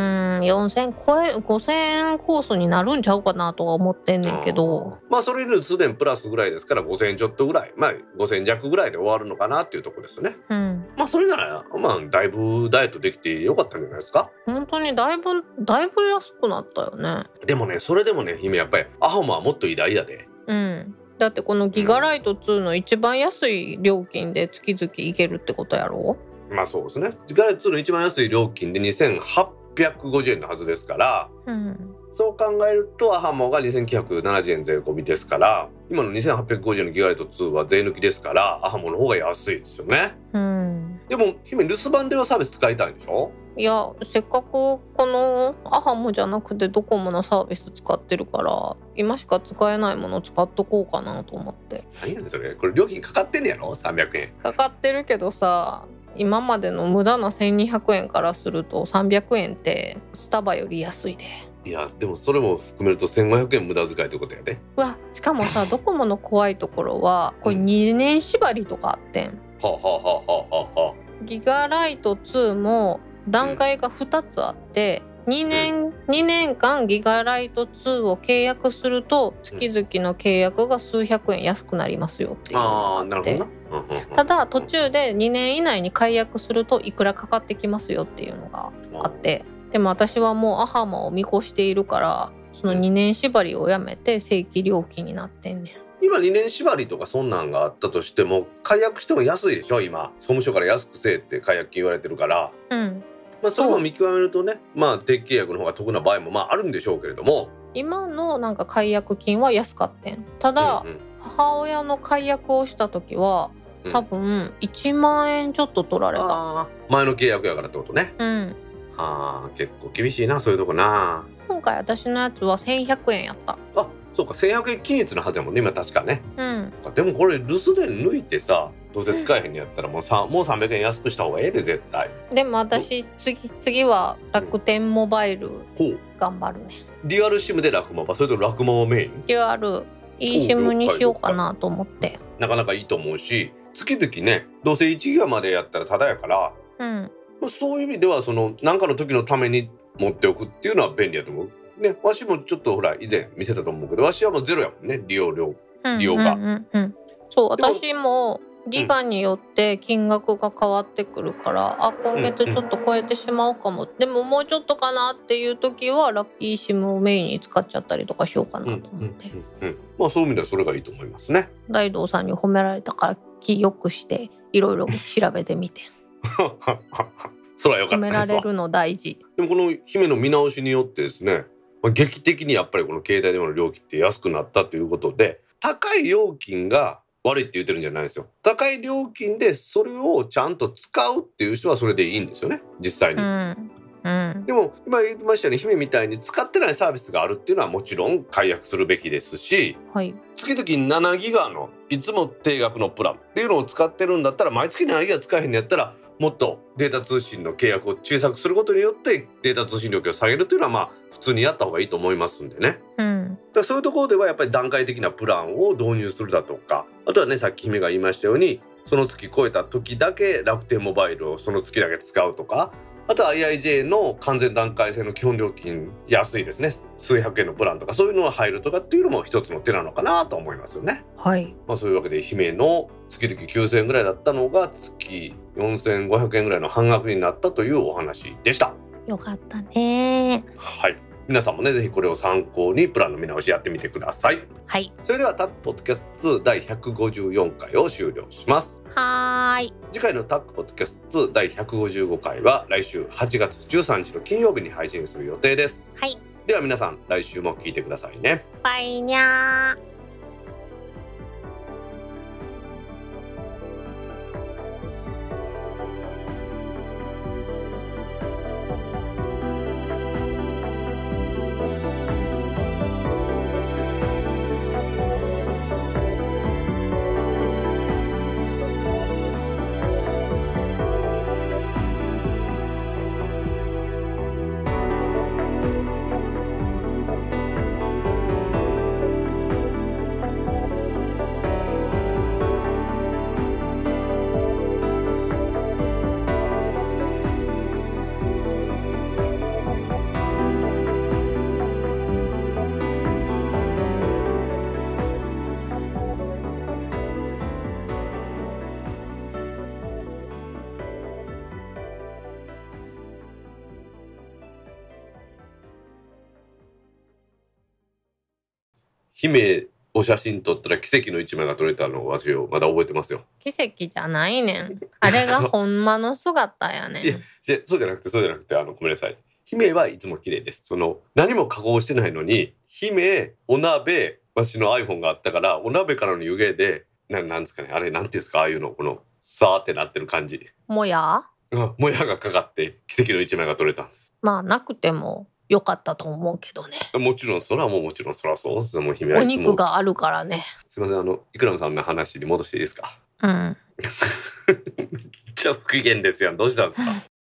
4000超え5000コースになるんちゃうかなとは思ってんねんけど、 まあそれよりすでにプラスぐらいですから5000ちょっとぐらい、まあ5000弱ぐらいで終わるのかなっていうところですよね。まあそれならまあだいぶダイエットできてよかったんじゃないですか。 本当にだいぶ安くなったよね。 でもね、それでもね姫、やっぱりアハモはもっと偉大やで。 だってこのギガライト2の一番安い料金で月々いけるってことやろ。 まあそうですね。ギガライト2の一番安い料金で2850円のはずですから、そう考えるとアハモが2970円税込みですから、今の2850円のギガライト2は税抜きですから、アハモの方が安いですよね。でも姫、留守番電話サービス使いたいんでしょ。 いや、せっかくこのアハモじゃなくてドコモのサービス使ってるから、今しか使えないもの使っとこうかなと思って。 何やねんそれ。これ料金かかってんねやろ、300円かかってるけどさ、今までの無駄な1200円からすると300円ってスタバより安いで。 いやでもそれも含めると1500円無駄遣いってことやで。 うわ、しかもさドコモの怖いところはこれ2年縛りとかあってん。ギガライト2も段階が2つあって、2年間ギガライト2を契約すると月々の契約が数百円安くなりますよっていうのがあって。 なるほどな。 ただ途中で2年以内に解約するといくらかかってきますよっていうのがあって、でも私はもうアハモを見越しているからその2年縛りをやめて正規料金になってんねん。 今2年縛りとかそんなんがあったとしても解約しても安いでしょ。今総務省から安くせえって解約金言われてるから、まあそれも見極めるとね、まあ定期契約の方が得な場合もまああるんでしょうけれども、 今のなんか解約金は安かってん。ただ、母親の解約をした時は多分1万円ちょっと取られた。 前の契約やからってことね。結構厳しいなそういうとこな。 今回私のやつは1100円やった。 そうか、1100円均一のはずやもんね今確かね。でもこれ留守電抜いてさ、どうせ使えへんのやったらもう300円安くした方がええで絶対。でも私次は楽天モバイル頑張るね。 デュアルシムで楽モバ、それとラクモバメイン。 デュアルeSIMにしようかなと思って。 なかなかいいと思うし、月々ねどうせ1ギガまでやったらタダやから、そういう意味ではその何かの時のために持っておくっていうのは便利やと思うね。わしもちょっとほら以前見せたと思うけど、わしはもうゼロやもんね、利用が。 そう私もギガによって金額が変わってくるから、今月ちょっと超えてしまうかも、でももうちょっとかなっていう時はラッキーシムをメインに使っちゃったりとかしようかなと思って、 まあそういう意味ではそれがいいと思いますね。 大道さんに褒められたから気よくしていろいろ調べてみてそらよかったですわ。 褒められるの大事。 でもこの姫の見直しによってですね、劇的にやっぱりこの携帯電話の料金って安くなったということで、高い料金が悪いって言ってるんじゃないんですよ。高い料金でそれをちゃんと使うっていう人はそれでいいんですよね実際に。でも今言いましたように姫みたいに使ってないサービスがあるっていうのはもちろん解約するべきですし、月々7ギガのいつも定額のプランっていうのを使ってるんだったら、毎月7ギガ使えへんのやったらもっとデータ通信の契約を小さくすることによってデータ通信料金を下げるというのはまあ普通にやった方がいいと思いますんでね。だそういうところではやっぱり段階的なプランを導入するだとか、あとはねさっき姫が言いましたようにその月超えた時だけ楽天モバイルをその月だけ使うとか、あとは IIJ の完全段階制の基本料金安いですね、数百円のプランとかそういうのが入るとかっていうのも一つの手なのかなと思いますよね。そういうわけで姫の月々9000円ぐらいだったのが月4500円ぐらいの半額になったというお話でした。 よかったね。 皆さんもねぜひこれを参考にプランの見直しやってみてください。それではタックポッドキャスト2第154回を終了します。次回のタックポッドキャスト2第155回は来週8月13日の金曜日に配信する予定です。 では皆さん来週も聞いてくださいね。 バイニャー。 姫お写真撮ったら奇跡の一枚が撮れたのを私をまだ覚えてますよ。 奇跡じゃないねん。あれがほんまの姿やねん。 いやそうじゃなくてごめんなさい。姫はいつも綺麗です。何も加工してないのに姫お鍋、私の iPhone があったからお鍋からの湯気でなんですかね、あれなんていうんですか、ああいうのこのさーってなってる感じ、 もやもやがかかって奇跡の一枚が撮れたんです。 まあなくてもよかったと思うけどね。 もちろんそらそうです。もう姫はいおつも肉があるからね。 すいません、イクラムさんの話に戻していいですか。 うん。 めっちゃ不機嫌ですよ。どうしたんですか。